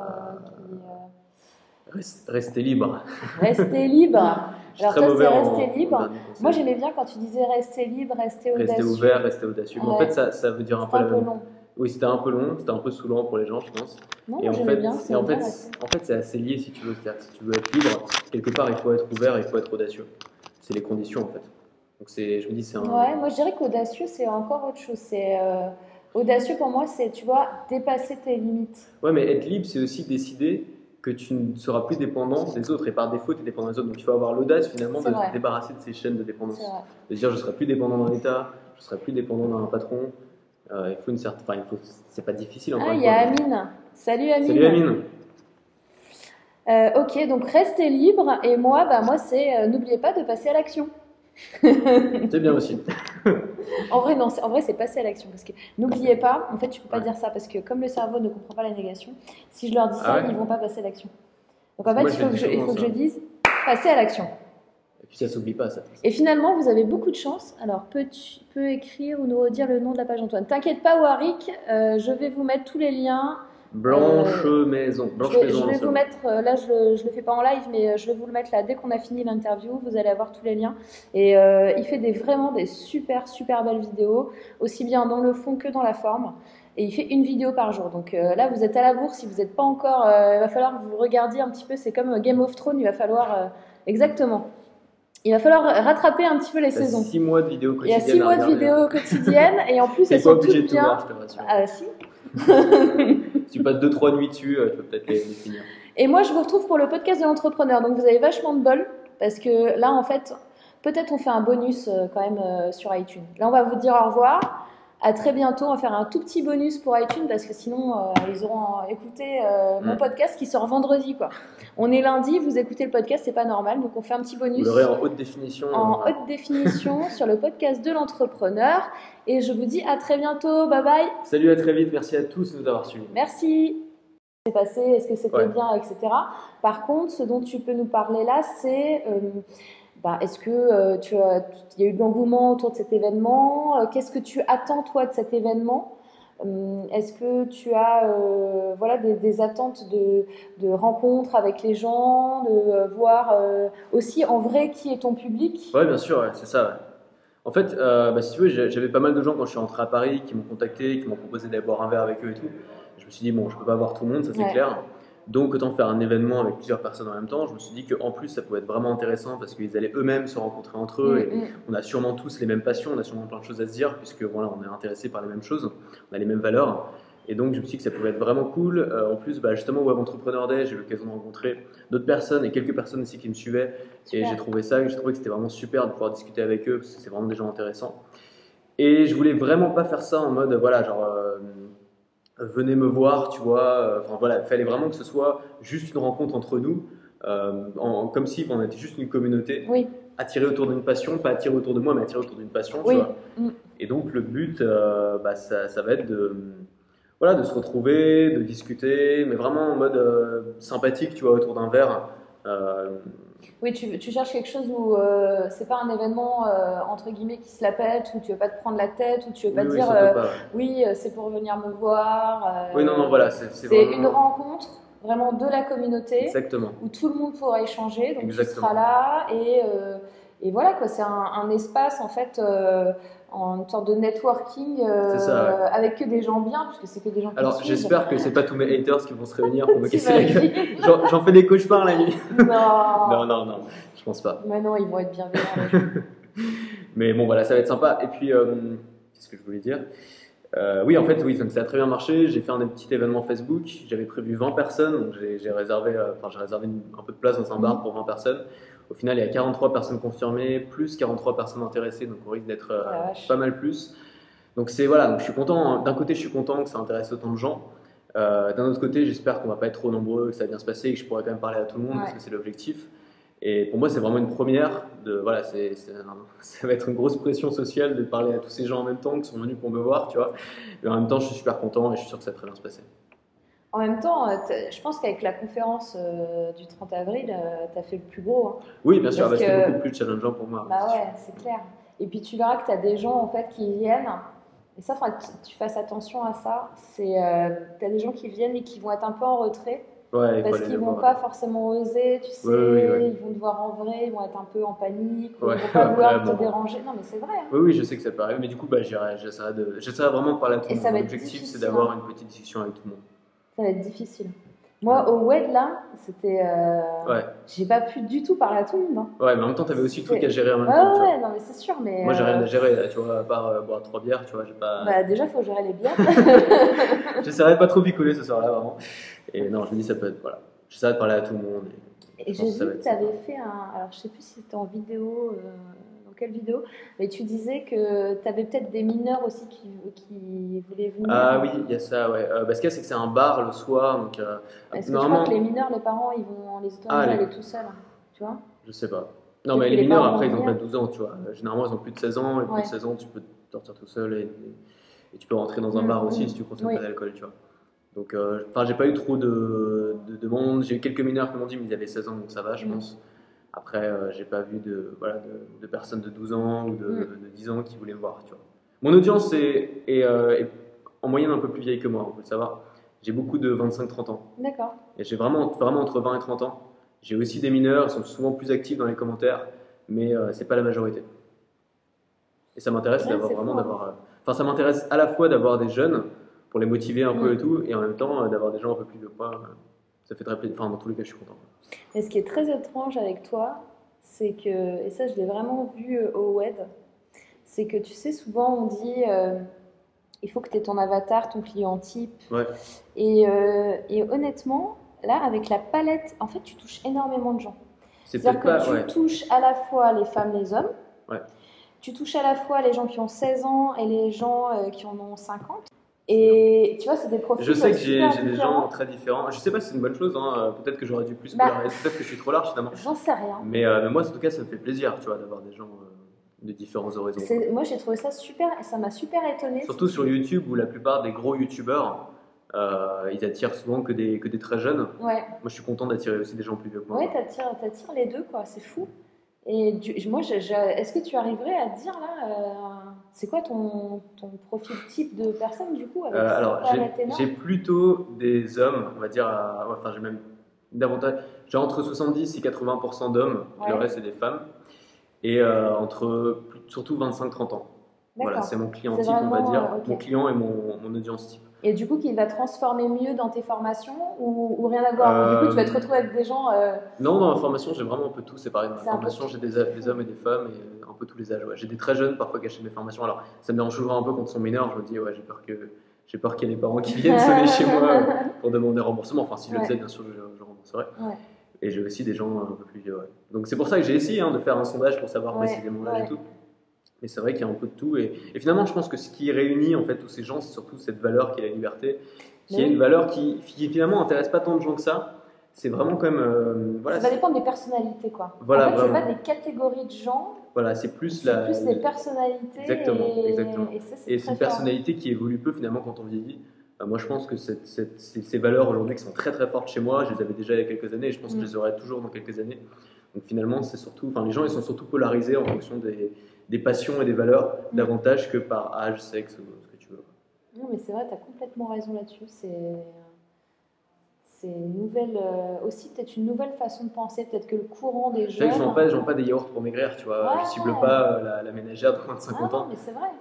Rester libre. Rester libre. Alors très toi, mauvais c'est en rester libre. dernier conseil. Moi, j'aimais bien quand tu disais rester libre, rester audacieux. Rester ouvert, rester audacieux. Mais en Ouais. fait, ça veut dire un peu C'était la un peu même. long. Oui, c'était un peu long, c'était un peu saoulant pour les gens, je pense. Non, Et en j'aimais fait, bien. en fait, c'est assez lié si tu veux. C'est-à-dire que si tu veux être libre, quelque part, il faut être ouvert, il faut être audacieux. C'est les conditions, en fait. Donc je me dis, c'est un. Ouais, moi je dirais qu'audacieux, c'est encore autre chose. Audacieux pour moi, c'est, tu vois, dépasser tes limites. Ouais, mais être libre, c'est aussi décider que tu ne seras plus dépendant des autres et par défaut, tu es dépendant des autres. Donc il faut avoir l'audace finalement de se débarrasser de ces chaînes de dépendance. De se dire, je ne serai plus dépendant d'un État, je ne serai plus dépendant d'un patron. Il faut une certaine. Enfin, c'est pas difficile encore. Ah, il y a Amine. Salut Amine. Salut Amine. Ok, donc restez libre et moi, c'est n'oubliez pas de passer à l'action. C'est bien aussi. En vrai, non, en vrai, c'est passer à l'action. Parce que n'oubliez pas, en fait, tu peux pas dire ça parce que comme le cerveau ne comprend pas la négation, si je leur dis ça, ils vont pas passer à l'action. Donc en fait, il faut que je dise passer à l'action. Et puis ça s'oublie pas, ça. Et finalement, vous avez beaucoup de chance. Alors, peux écrire ou nous redire le nom de la page, Antoine. T'inquiète pas, Warwick, je vais vous mettre tous les liens. Blanche Maison. Je vais vous mettre, là je le fais pas en live, mais je vais vous le mettre là dès qu'on a fini l'interview. Vous allez avoir tous les liens. Et il fait vraiment des super belles vidéos, aussi bien dans le fond que dans la forme. Et il fait une vidéo par jour. Donc là, vous êtes à la bourre. Si vous n'êtes pas encore, il va falloir que vous regardiez un petit peu. C'est comme Game of Thrones. Il va falloir exactement. Il va falloir rattraper un petit peu les saisons. 6 mois de vidéos quotidiennes. Il y a 6 mois de vidéos quotidiennes et en plus elles sont toutes bien. Je te rassure. Ah si. Si tu passes 2-3 nuits dessus, tu peux peut-être les finir. Et moi, je vous retrouve pour le podcast de l'entrepreneur. Donc, vous avez vachement de bol parce que là, en fait, peut-être on fait un bonus quand même sur iTunes. Là, on va vous dire au revoir. À très bientôt. On va faire un tout petit bonus pour iTunes parce que sinon, ils auront écouté mon podcast qui sort vendredi, quoi. On est lundi, vous écoutez le podcast, c'est pas normal. Donc, on fait un petit bonus. Vous l'aurez en haute définition. En haute définition sur le podcast de l'entrepreneur. Et je vous dis à très bientôt. Bye bye. Salut, à très vite. Merci à tous de nous avoir suivis. Merci. C'est passé, est-ce que c'était bien, etc. Par contre, ce dont tu peux nous parler là, c'est est-ce que il y a eu de l'engouement autour de cet événement? Qu'est-ce que tu attends toi de cet événement? Est-ce que tu as des attentes de rencontres avec les gens, de voir aussi en vrai qui est ton public? Oui, bien sûr, c'est ça. Ouais. En fait, si tu veux, j'avais pas mal de gens quand je suis rentré à Paris qui m'ont contacté, qui m'ont proposé d'aller boire un verre avec eux et tout. Je me suis dit, bon, je peux pas voir tout le monde, ça c'est clair. Donc, autant faire un événement avec plusieurs personnes en même temps. Je me suis dit qu'en plus, ça pouvait être vraiment intéressant parce qu'ils allaient eux-mêmes se rencontrer entre eux. Et on a sûrement tous les mêmes passions, on a sûrement plein de choses à se dire puisque voilà, on est intéressés par les mêmes choses, on a les mêmes valeurs. Et donc, je me suis dit que ça pouvait être vraiment cool. En plus, justement, Web Entrepreneur Day, j'ai eu l'occasion de rencontrer d'autres personnes et quelques personnes aussi qui me suivaient. Super. Et j'ai trouvé que c'était vraiment super de pouvoir discuter avec eux parce que c'est vraiment des gens intéressants. Et je voulais vraiment pas faire ça en mode, venez me voir, tu vois. Il fallait vraiment que ce soit juste une rencontre entre nous, comme si on était juste une communauté. Oui. Attirée autour d'une passion, pas attirée autour de moi, mais attirée autour d'une passion, tu vois. Et donc, le but, ça va être de se retrouver, de discuter, mais vraiment en mode sympathique, tu vois, autour d'un verre. Oui, tu cherches quelque chose où c'est pas un événement entre guillemets qui se la pète, où tu veux pas te prendre la tête, où tu veux pas dire c'est pour venir me voir. Oui, non, voilà, c'est vraiment... une rencontre vraiment de la communauté. Exactement. Où tout le monde pourra échanger, donc tu seras là et voilà quoi, c'est un espace en fait. En une sorte de networking avec que des gens bien, puisque c'est que des gens qui Alors j'espère que c'est pas tous mes haters qui vont se réunir pour me casser la gueule. J'en fais des cauchemars la nuit. Non, je pense pas. Mais non, ils vont être bienveillants. Mais bon voilà, ça va être sympa. Et puis, qu'est-ce que je voulais dire? Oui, en fait, donc ça a très bien marché. J'ai fait un petit événement Facebook. J'avais prévu 20 personnes, donc j'ai réservé un peu de place dans un bar pour 20 personnes. Au final, il y a 43 personnes confirmées, plus 43 personnes intéressées, donc on risque d'être pas mal plus. Donc donc je suis content. D'un côté, je suis content que ça intéresse autant de gens. D'un autre côté, j'espère qu'on va pas être trop nombreux, que ça va bien se passer et que je pourrai quand même parler à tout le monde parce que c'est l'objectif. Et pour moi, c'est vraiment une première. Ça va être une grosse pression sociale de parler à tous ces gens en même temps qui sont venus pour me voir, tu vois. Mais en même temps, je suis super content et je suis sûr que ça va très bien se passer. En même temps, je pense qu'avec la conférence du 30 avril, tu as fait le plus gros. Hein. Oui, bien sûr, c'était beaucoup plus challengeant pour moi. Bah ouais, c'est clair. Et puis tu verras que tu as des gens en fait qui viennent. Et ça, il faudra que tu fasses attention à ça. Tu as des gens qui viennent et qui vont être un peu en retrait. Ouais, parce qu'ils ne vont pas forcément oser, tu sais. Ils vont te voir en vrai, ils vont être un peu en panique, ils ne vont pas vouloir te déranger. Non, mais c'est vrai. Hein. Oui, je sais que ça peut arriver. Mais du coup, j'essaierai vraiment de parler à tout le monde. L'objectif, c'est d'avoir une petite discussion avec tout le monde. Ça va être difficile. Moi, au WED, là, c'était. J'ai pas pu du tout parler à tout le monde. Hein. Ouais, mais en même temps, t'avais aussi le truc à gérer en même temps. Ouais, non, mais c'est sûr. Mais moi, j'ai rien à gérer, là, tu vois, à part boire 3 bières, tu vois, j'ai pas. Bah, déjà, il faut gérer les bières. J'essaierai de pas trop picoler ce soir-là, vraiment. Et non, je me dis, ça peut être. Voilà. J'essaierai de parler à tout le monde. Et j'ai vu que tu avais fait un. Alors, je sais plus si c'était en vidéo. Quelle vidéo, mais tu disais que tu avais peut-être des mineurs aussi qui voulaient venir. Ah oui, il y a ça, ouais. Ce qu'il y a, c'est que c'est un bar le soir. Donc, est-ce que tu crois que les mineurs, les parents, ils vont les autoriser à aller tout seuls, tu vois? Je sais pas. Non, Peut-être mais que les les mineurs, parents après, vont ils ont venir. pas 12 ans, tu vois. Généralement, ils ont plus de 16 ans, et plus de Ouais. 16 ans, tu peux sortir tout seul et tu peux rentrer dans un Mm, bar aussi mm. si tu consommes Oui. pas d'alcool, tu vois. Donc, enfin, j'ai pas eu trop de monde. J'ai eu quelques mineurs qui m'ont dit, mais ils avaient 16 ans, donc ça va, je Mm, pense. Après, j'ai pas vu voilà, de personnes de 12 ans ou mm. de 10 ans qui voulaient me voir, tu vois. Mon audience est en moyenne un peu plus vieille que moi, on peut le savoir. J'ai beaucoup de 25-30 ans. D'accord. Et j'ai vraiment entre 20 et 30 ans. J'ai aussi des mineurs, ils sont souvent plus actifs dans les commentaires, mais c'est pas la majorité. Et ça m'intéresse Ouais, c'est fou, hein. Enfin, ça m'intéresse à la fois d'avoir des jeunes pour les motiver un peu et Mm. tout, et en même temps d'avoir des gens un peu plus de poids. Ça fait très plaisir. Enfin, dans tous les cas, je suis content. Mais ce qui est très étrange avec toi, c'est que, et ça je l'ai vraiment vu au web, c'est que tu sais, souvent on dit il faut que tu aies ton avatar, ton client type. Ouais, Et honnêtement, là, avec la palette, en fait, tu touches énormément de gens. c'est C'est-à-dire peut-être que pas. tu Ouais, touches à la fois les femmes, les hommes, ouais. tu touches à la fois les gens qui ont 16 ans et les gens qui en ont 50. C'est bien. Et tu vois, c'est des Je profils sais que super j'ai des gens différents. très différents. Je sais pas si c'est une bonne chose, hein. Peut-être que j'aurais dû plus Bah, polariser, peut-être que je suis trop large finalement. j'en sais rien. Mais moi, en tout cas, ça me fait plaisir, tu vois, d'avoir des gens de différents horizons, quoi. Moi, j'ai trouvé ça super, et ça m'a super étonnée. Surtout sur YouTube où la plupart des gros YouTubeurs, ils attirent souvent que des très jeunes. Ouais, Moi, je suis content d'attirer aussi des gens plus vieux que moi, ouais, quoi. t'attires les deux, quoi, c'est fou. Et moi, est-ce que tu arriverais à dire là, c'est quoi ton profil type de personne du coup, avec cette Alors, palette j'ai énorme? plutôt des hommes, on va dire, ouais, enfin, j'ai même davantage, j'ai entre 70 et 80% d'hommes, et le Ouais, reste, c'est des femmes, et surtout 25-30 ans. Voilà, d'accord. c'est mon client C'est type, on va vraiment, dire, ok. mon client et mon audience type. Et du coup, qu'il va transformer mieux dans tes formations ou rien à voir? Ou du coup, tu vas te Euh, retrouver avec des gens, Non, dans ma formation, j'ai vraiment un peu tout. C'est pareil, dans ma c'est un peu de formation, tout, j'ai c'est des fou. hommes et des femmes et un peu tous les âges. Ouais. J'ai des très jeunes parfois qui achètent mes formations. Alors, ça me dérange toujours un peu quand ils sont mineurs. Je me dis, ouais, j'ai peur qu'il y ait des parents qui viennent sonner chez moi pour demander remboursement. Enfin, s'ils le faisaient, Ouais, bien sûr, je rembourserais. ouais, Et j'ai aussi des gens un peu plus vieux. Ouais. Donc, c'est pour ça que j'ai essayé de faire un sondage pour savoir ouais, précisément l'âge et ouais. tout. Mais c'est vrai qu'il y a un peu de tout. Et finalement, je pense que ce qui réunit en fait tous ces gens, c'est surtout cette valeur qui est la liberté, Mais qui est une oui, valeur qui finalement intéresse pas tant de gens que ça. C'est vraiment comme voilà, ça va dépendre des personnalités, quoi. En voilà fait, c'est pas vraiment. des catégories de gens, Voilà, c'est plus c'est plus des personnalités exactement, exactement. et ça, c'est Et c'est très une fort. personnalité qui évolue peu finalement quand on vieillit. Moi, je pense que ces valeurs aujourd'hui qui sont très très fortes chez moi, je les avais déjà il y a quelques années et je pense que je Mm. les aurai toujours dans quelques années. Donc finalement, c'est surtout, enfin, les gens ils sont surtout polarisés en fonction des passions et des valeurs Mm. davantage que par âge, sexe ou ce que tu veux. Non, mais c'est vrai, tu as complètement raison là-dessus. C'est une nouvelle, aussi peut-être une nouvelle façon de penser. Peut-être que le courant des C'est vrai que jeunes. je vends pas des yaourts pour maigrir, tu vois. Je cible Ouais! pas la ménagère de moins de Ah 50 non, ans. mais c'est vrai.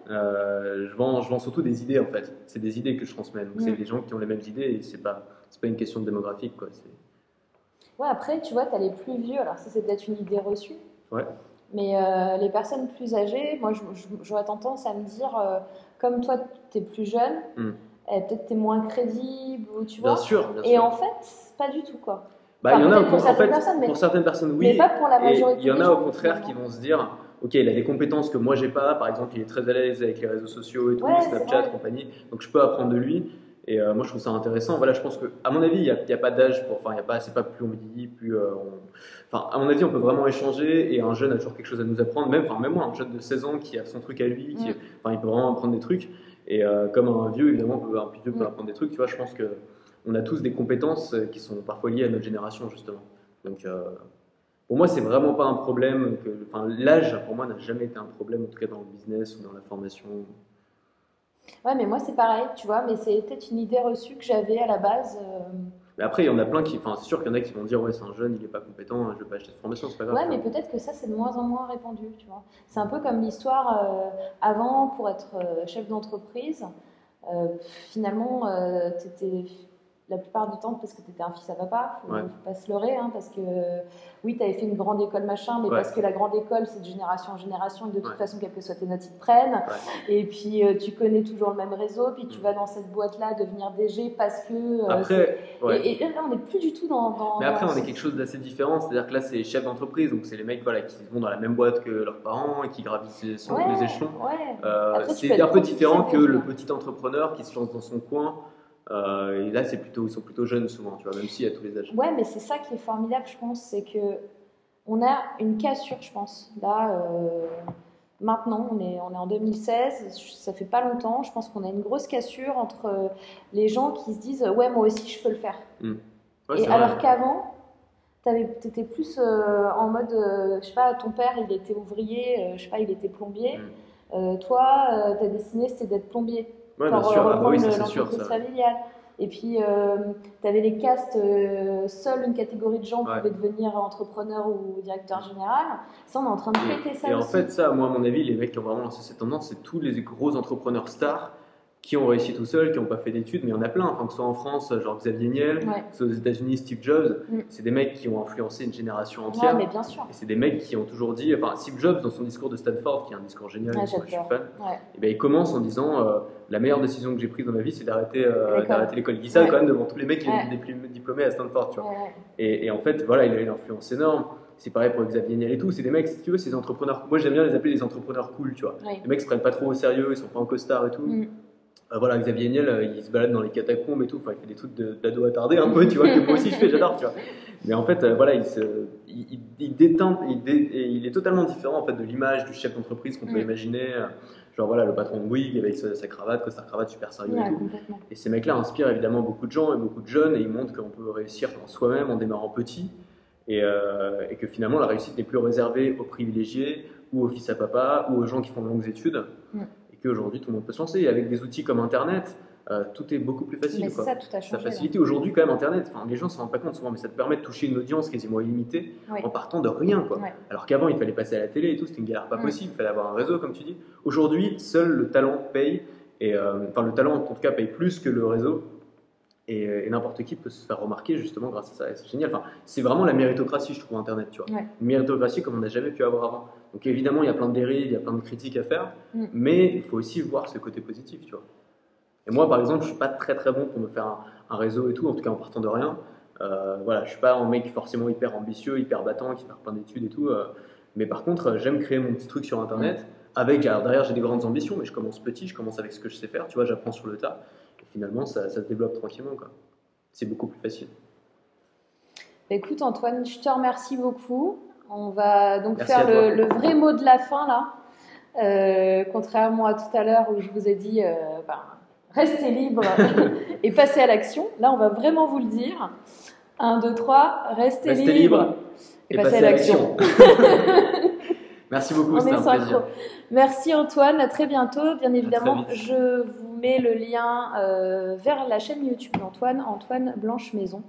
Je vends surtout des idées en fait. C'est des idées que je transmets. Donc c'est Mm. des gens qui ont les mêmes idées et c'est pas une question de démographique quoi. Ouais, après, tu vois, tu as les plus vieux. Alors, ça, c'est peut-être une idée reçue. Ouais, Mais les personnes plus âgées, moi, j'aurais tendance à me dire, comme toi, tu es plus jeune, hmm. peut-être tu es moins crédible, ou tu Bien vois. sûr, bien Et sûr. en fait, pas du tout, quoi. Bah, il Enfin, y en a peut-être pour en certaines fait, personnes, pour certaines personnes mais oui, pas pour la et il y majorité en des a au gens, contraire qui finalement. vont se dire, ok, il a des compétences que moi j'ai pas. Par exemple, il est très à l'aise avec les réseaux sociaux et tout, Ouais, c'est Snapchat, vrai. compagnie. Donc je peux apprendre de lui. Et moi je trouve ça intéressant. Voilà, je pense que à mon avis, il y a pas d'âge pour, enfin il y a pas, c'est pas plus on vieillit, enfin à mon avis, on peut vraiment échanger et un jeune a toujours quelque chose à nous apprendre. Même moi, un jeune de 16 ans qui a son truc à lui, Mm, enfin il peut vraiment apprendre des trucs. Et comme un vieux, évidemment, un plus vieux peut mm. apprendre des trucs. Tu vois, je pense que on a tous des compétences qui sont parfois liées à notre génération justement. Donc pour moi, c'est vraiment pas un problème. Enfin, l'âge pour moi n'a jamais été un problème, en tout cas dans le business ou dans la formation. Ouais, mais moi, c'est pareil, tu vois, mais c'est peut-être une idée reçue que j'avais à la base. Mais après, il y en a plein qui, enfin, c'est sûr qu'il y en a qui vont dire ouais, c'est un jeune, il est pas compétent, je vais pas acheter cette formation, c'est pas grave, Ouais, tu mais vois. peut-être que ça, c'est de moins en moins répandu, tu vois. C'est un peu comme l'histoire avant, pour être chef d'entreprise, euh, finalement, t'étais la plupart du temps parce que tu étais un fils à papa, Ouais, faut pas se leurrer, hein, parce que oui, tu avais fait une grande école machin, mais ouais, parce que la grande école, c'est de génération en génération, et de toute ouais, façon, quelles que soient tes notes, ils te prennent. ouais. Et puis, tu connais toujours le même réseau, puis tu Mm. vas dans cette boîte-là devenir DG parce que c'est. Après, ouais. Et là, on n'est plus du tout Mais dans après, on ce. est quelque chose d'assez différent, c'est-à-dire que là, c'est chef d'entreprise, donc c'est les mecs voilà, qui vont dans la même boîte que leurs parents et qui gravissent les Ouais, échelons. ouais. Après, tu peux C'est un être peu propulsé différent de que ta vie, le hein. petit entrepreneur qui se lance dans son coin. Et là, ils sont plutôt jeunes souvent, tu vois, même s'il y a tous les âges. Ouais, mais c'est ça qui est formidable, je pense, c'est que on a une cassure, je pense. Là, maintenant, on est en 2016, ça fait pas longtemps. Je pense qu'on a une grosse cassure entre les gens qui se disent « Ouais, moi aussi, je peux le faire. Ouais, » Et alors qu'avant, t'étais plus en mode, je sais pas, ton père, il était ouvrier, je sais pas, il était plombier. Toi, ta destinée, c'était d'être plombier. Ouais, pour bien sûr. reprendre C'est sûr, l'entreprise ça. familiale. Et puis, tu avais les castes, seule une catégorie de gens pouvait devenir entrepreneur ou directeur général. Ça, on est en train de péter ça et aussi. En fait, ça, moi, à mon avis, les mecs qui ont vraiment lancé cette tendance, c'est tous les gros entrepreneurs stars qui ont réussi tout seuls, qui n'ont pas fait d'études, mais il y en a plein. Enfin, que ce soit en France, genre Xavier Niel, que ce soit aux États-Unis, Steve Jobs, c'est des mecs qui ont influencé une génération entière. Ouais, mais bien sûr. Et c'est des mecs qui ont toujours dit, enfin, Steve Jobs, dans son discours de Stanford, qui est un discours génial, moi, je suis fan, et ben, il commence en disant la meilleure décision que j'ai prise dans ma vie, c'est d'arrêter l'école. Il dit ça quand même devant tous les mecs qui étaient diplômés à Stanford, tu vois. Et en fait, voilà, il a une influence énorme. C'est pareil pour Xavier Niel et tout. C'est des mecs, si tu veux, ces entrepreneurs. Moi, j'aime bien les appeler les entrepreneurs cool, tu vois. Les mecs se prennent pas trop au sérieux, ils sont pas en costard et tout. Voilà, Xavier Niel, il se balade dans les catacombes et tout. Enfin, il fait des trucs d'ado attardé un peu, tu vois, que moi aussi je fais, j'adore, tu vois. Mais en fait, voilà, il déteint, il est totalement différent en fait de l'image du chef d'entreprise qu'on peut imaginer. Genre voilà, le patron de Bouygues avec sa cravate, costard cravate super sérieux et tout. Et ces mecs-là inspirent évidemment beaucoup de gens et beaucoup de jeunes et ils montrent qu'on peut réussir en soi-même en démarrant petit. Et que finalement la réussite n'est plus réservée aux privilégiés ou aux fils à papa ou aux gens qui font de longues études et qu'aujourd'hui tout le monde peut se lancer. Et avec des outils comme Internet, tout est beaucoup plus facile. Mais ça, tout a changé. Ça facilite aujourd'hui quand même Internet. Enfin, les gens ne s'en rendent pas compte souvent, mais ça te permet de toucher une audience quasiment illimitée en partant de rien. Alors qu'avant il fallait passer à la télé et tout, c'était une galère pas possible, il fallait avoir un réseau comme tu dis. Aujourd'hui, seul le talent paye, enfin le talent en tout cas paye plus que le réseau. Et n'importe qui peut se faire remarquer justement grâce à ça. Et c'est génial. Enfin, c'est vraiment la méritocratie, je trouve, Internet. Tu vois. Une méritocratie comme on n'a jamais pu avoir avant. Donc évidemment, il y a plein de dérives, il y a plein de critiques à faire, mais il faut aussi voir ce côté positif. Tu vois. Et moi, par exemple, je ne suis pas très très bon pour me faire un réseau et tout, en tout cas en partant de rien. Voilà, je ne suis pas un mec forcément hyper ambitieux, hyper battant, qui fait plein d'études et tout. Mais par contre, j'aime créer mon petit truc sur Internet. Alors derrière, j'ai des grandes ambitions, mais je commence petit, je commence avec ce que je sais faire. Tu vois, j'apprends sur le tas. Finalement, ça se développe tranquillement, quoi. C'est beaucoup plus facile. Écoute Antoine, je te remercie beaucoup. On va donc faire le vrai mot de la fin là. Contrairement à tout à l'heure où je vous ai dit restez libre et passez à l'action. Là, on va vraiment vous le dire. 1, 2, 3, restez libre et passez à l'action. Merci beaucoup, c'était un plaisir. Merci Antoine, à très bientôt. Bien évidemment, je vous mets le lien vers la chaîne YouTube d'Antoine, Antoine Blanche Maison.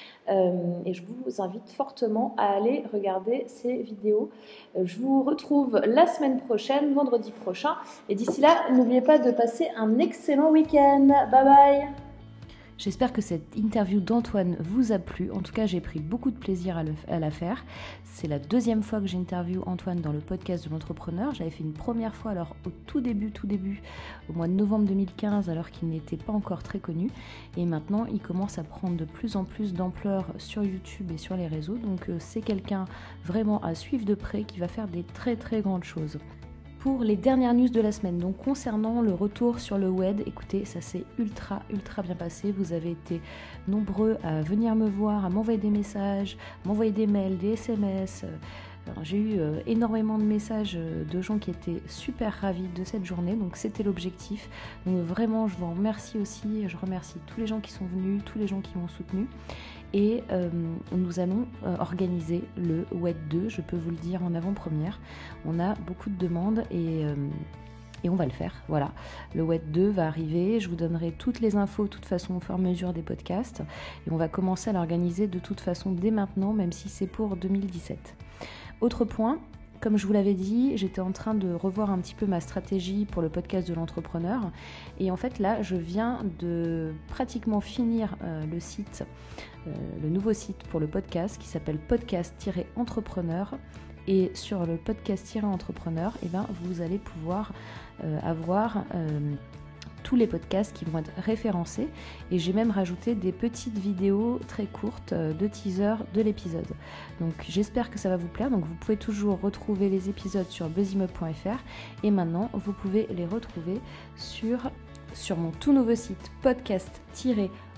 Et je vous invite fortement à aller regarder ces vidéos. Je vous retrouve la semaine prochaine, vendredi prochain. Et d'ici là, n'oubliez pas de passer un excellent week-end. Bye bye! J'espère que cette interview d'Antoine vous a plu. En tout cas, j'ai pris beaucoup de plaisir à la faire. C'est la deuxième fois que j'interviewe Antoine dans le podcast de l'entrepreneur. J'avais fait une première fois alors au tout début, au mois de novembre 2015, alors qu'il n'était pas encore très connu. Et maintenant, il commence à prendre de plus en plus d'ampleur sur YouTube et sur les réseaux. Donc c'est quelqu'un vraiment à suivre de près qui va faire des très très grandes choses. Pour les dernières news de la semaine, donc concernant le retour sur le WED, écoutez, ça s'est ultra bien passé. Vous avez été nombreux à venir me voir, à m'envoyer des messages, m'envoyer des mails, des SMS. J'ai eu énormément de messages de gens qui étaient super ravis de cette journée, donc c'était l'objectif. Donc vraiment, je vous remercie aussi, je remercie tous les gens qui sont venus, tous les gens qui m'ont soutenu. Et nous allons organiser le WED 2, je peux vous le dire en avant-première. On a beaucoup de demandes et on va le faire, voilà. Le WED 2 va arriver, je vous donnerai toutes les infos de toute façon au fur et à mesure des podcasts. Et on va commencer à l'organiser de toute façon dès maintenant, même si c'est pour 2017. Autre point, comme je vous l'avais dit, j'étais en train de revoir un petit peu ma stratégie pour le podcast de l'entrepreneur. Et en fait là, je viens de pratiquement finir le site, le nouveau site pour le podcast qui s'appelle podcast-entrepreneur. Et sur le podcast-entrepreneur, vous allez pouvoir avoir tous les podcasts qui vont être référencés. Et j'ai même rajouté des petites vidéos très courtes de teaser de l'épisode. Donc j'espère que ça va vous plaire. Donc vous pouvez toujours retrouver les épisodes sur buzzimmeuble.fr. Et maintenant, vous pouvez les retrouver sur mon tout nouveau site podcast-entrepreneur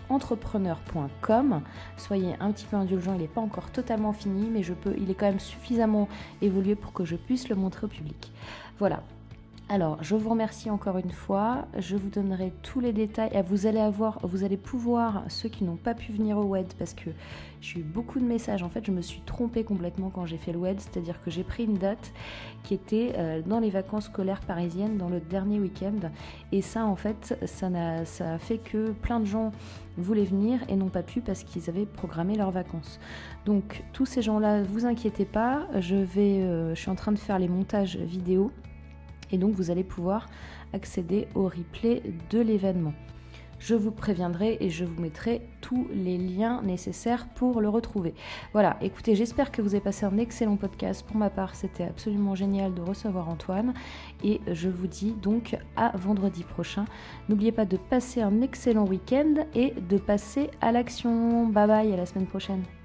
entrepreneur.com. Soyez un petit peu indulgents, il n'est pas encore totalement fini, mais il est quand même suffisamment évolué pour que je puisse le montrer au public. Voilà. Alors, je vous remercie encore une fois, je vous donnerai tous les détails. Vous allez pouvoir, ceux qui n'ont pas pu venir au WED, parce que j'ai eu beaucoup de messages, en fait je me suis trompée complètement quand j'ai fait le WED, c'est-à-dire que j'ai pris une date qui était dans les vacances scolaires parisiennes, dans le dernier week-end, et ça en fait, ça a fait que plein de gens voulaient venir et n'ont pas pu parce qu'ils avaient programmé leurs vacances. Donc tous ces gens-là, vous inquiétez pas, je suis en train de faire les montages vidéo, et donc vous allez pouvoir accéder au replay de l'événement. Je vous préviendrai et je vous mettrai tous les liens nécessaires pour le retrouver. Voilà, écoutez, j'espère que vous avez passé un excellent podcast. Pour ma part, c'était absolument génial de recevoir Antoine. Et je vous dis donc à vendredi prochain. N'oubliez pas de passer un excellent week-end et de passer à l'action. Bye bye, à la semaine prochaine.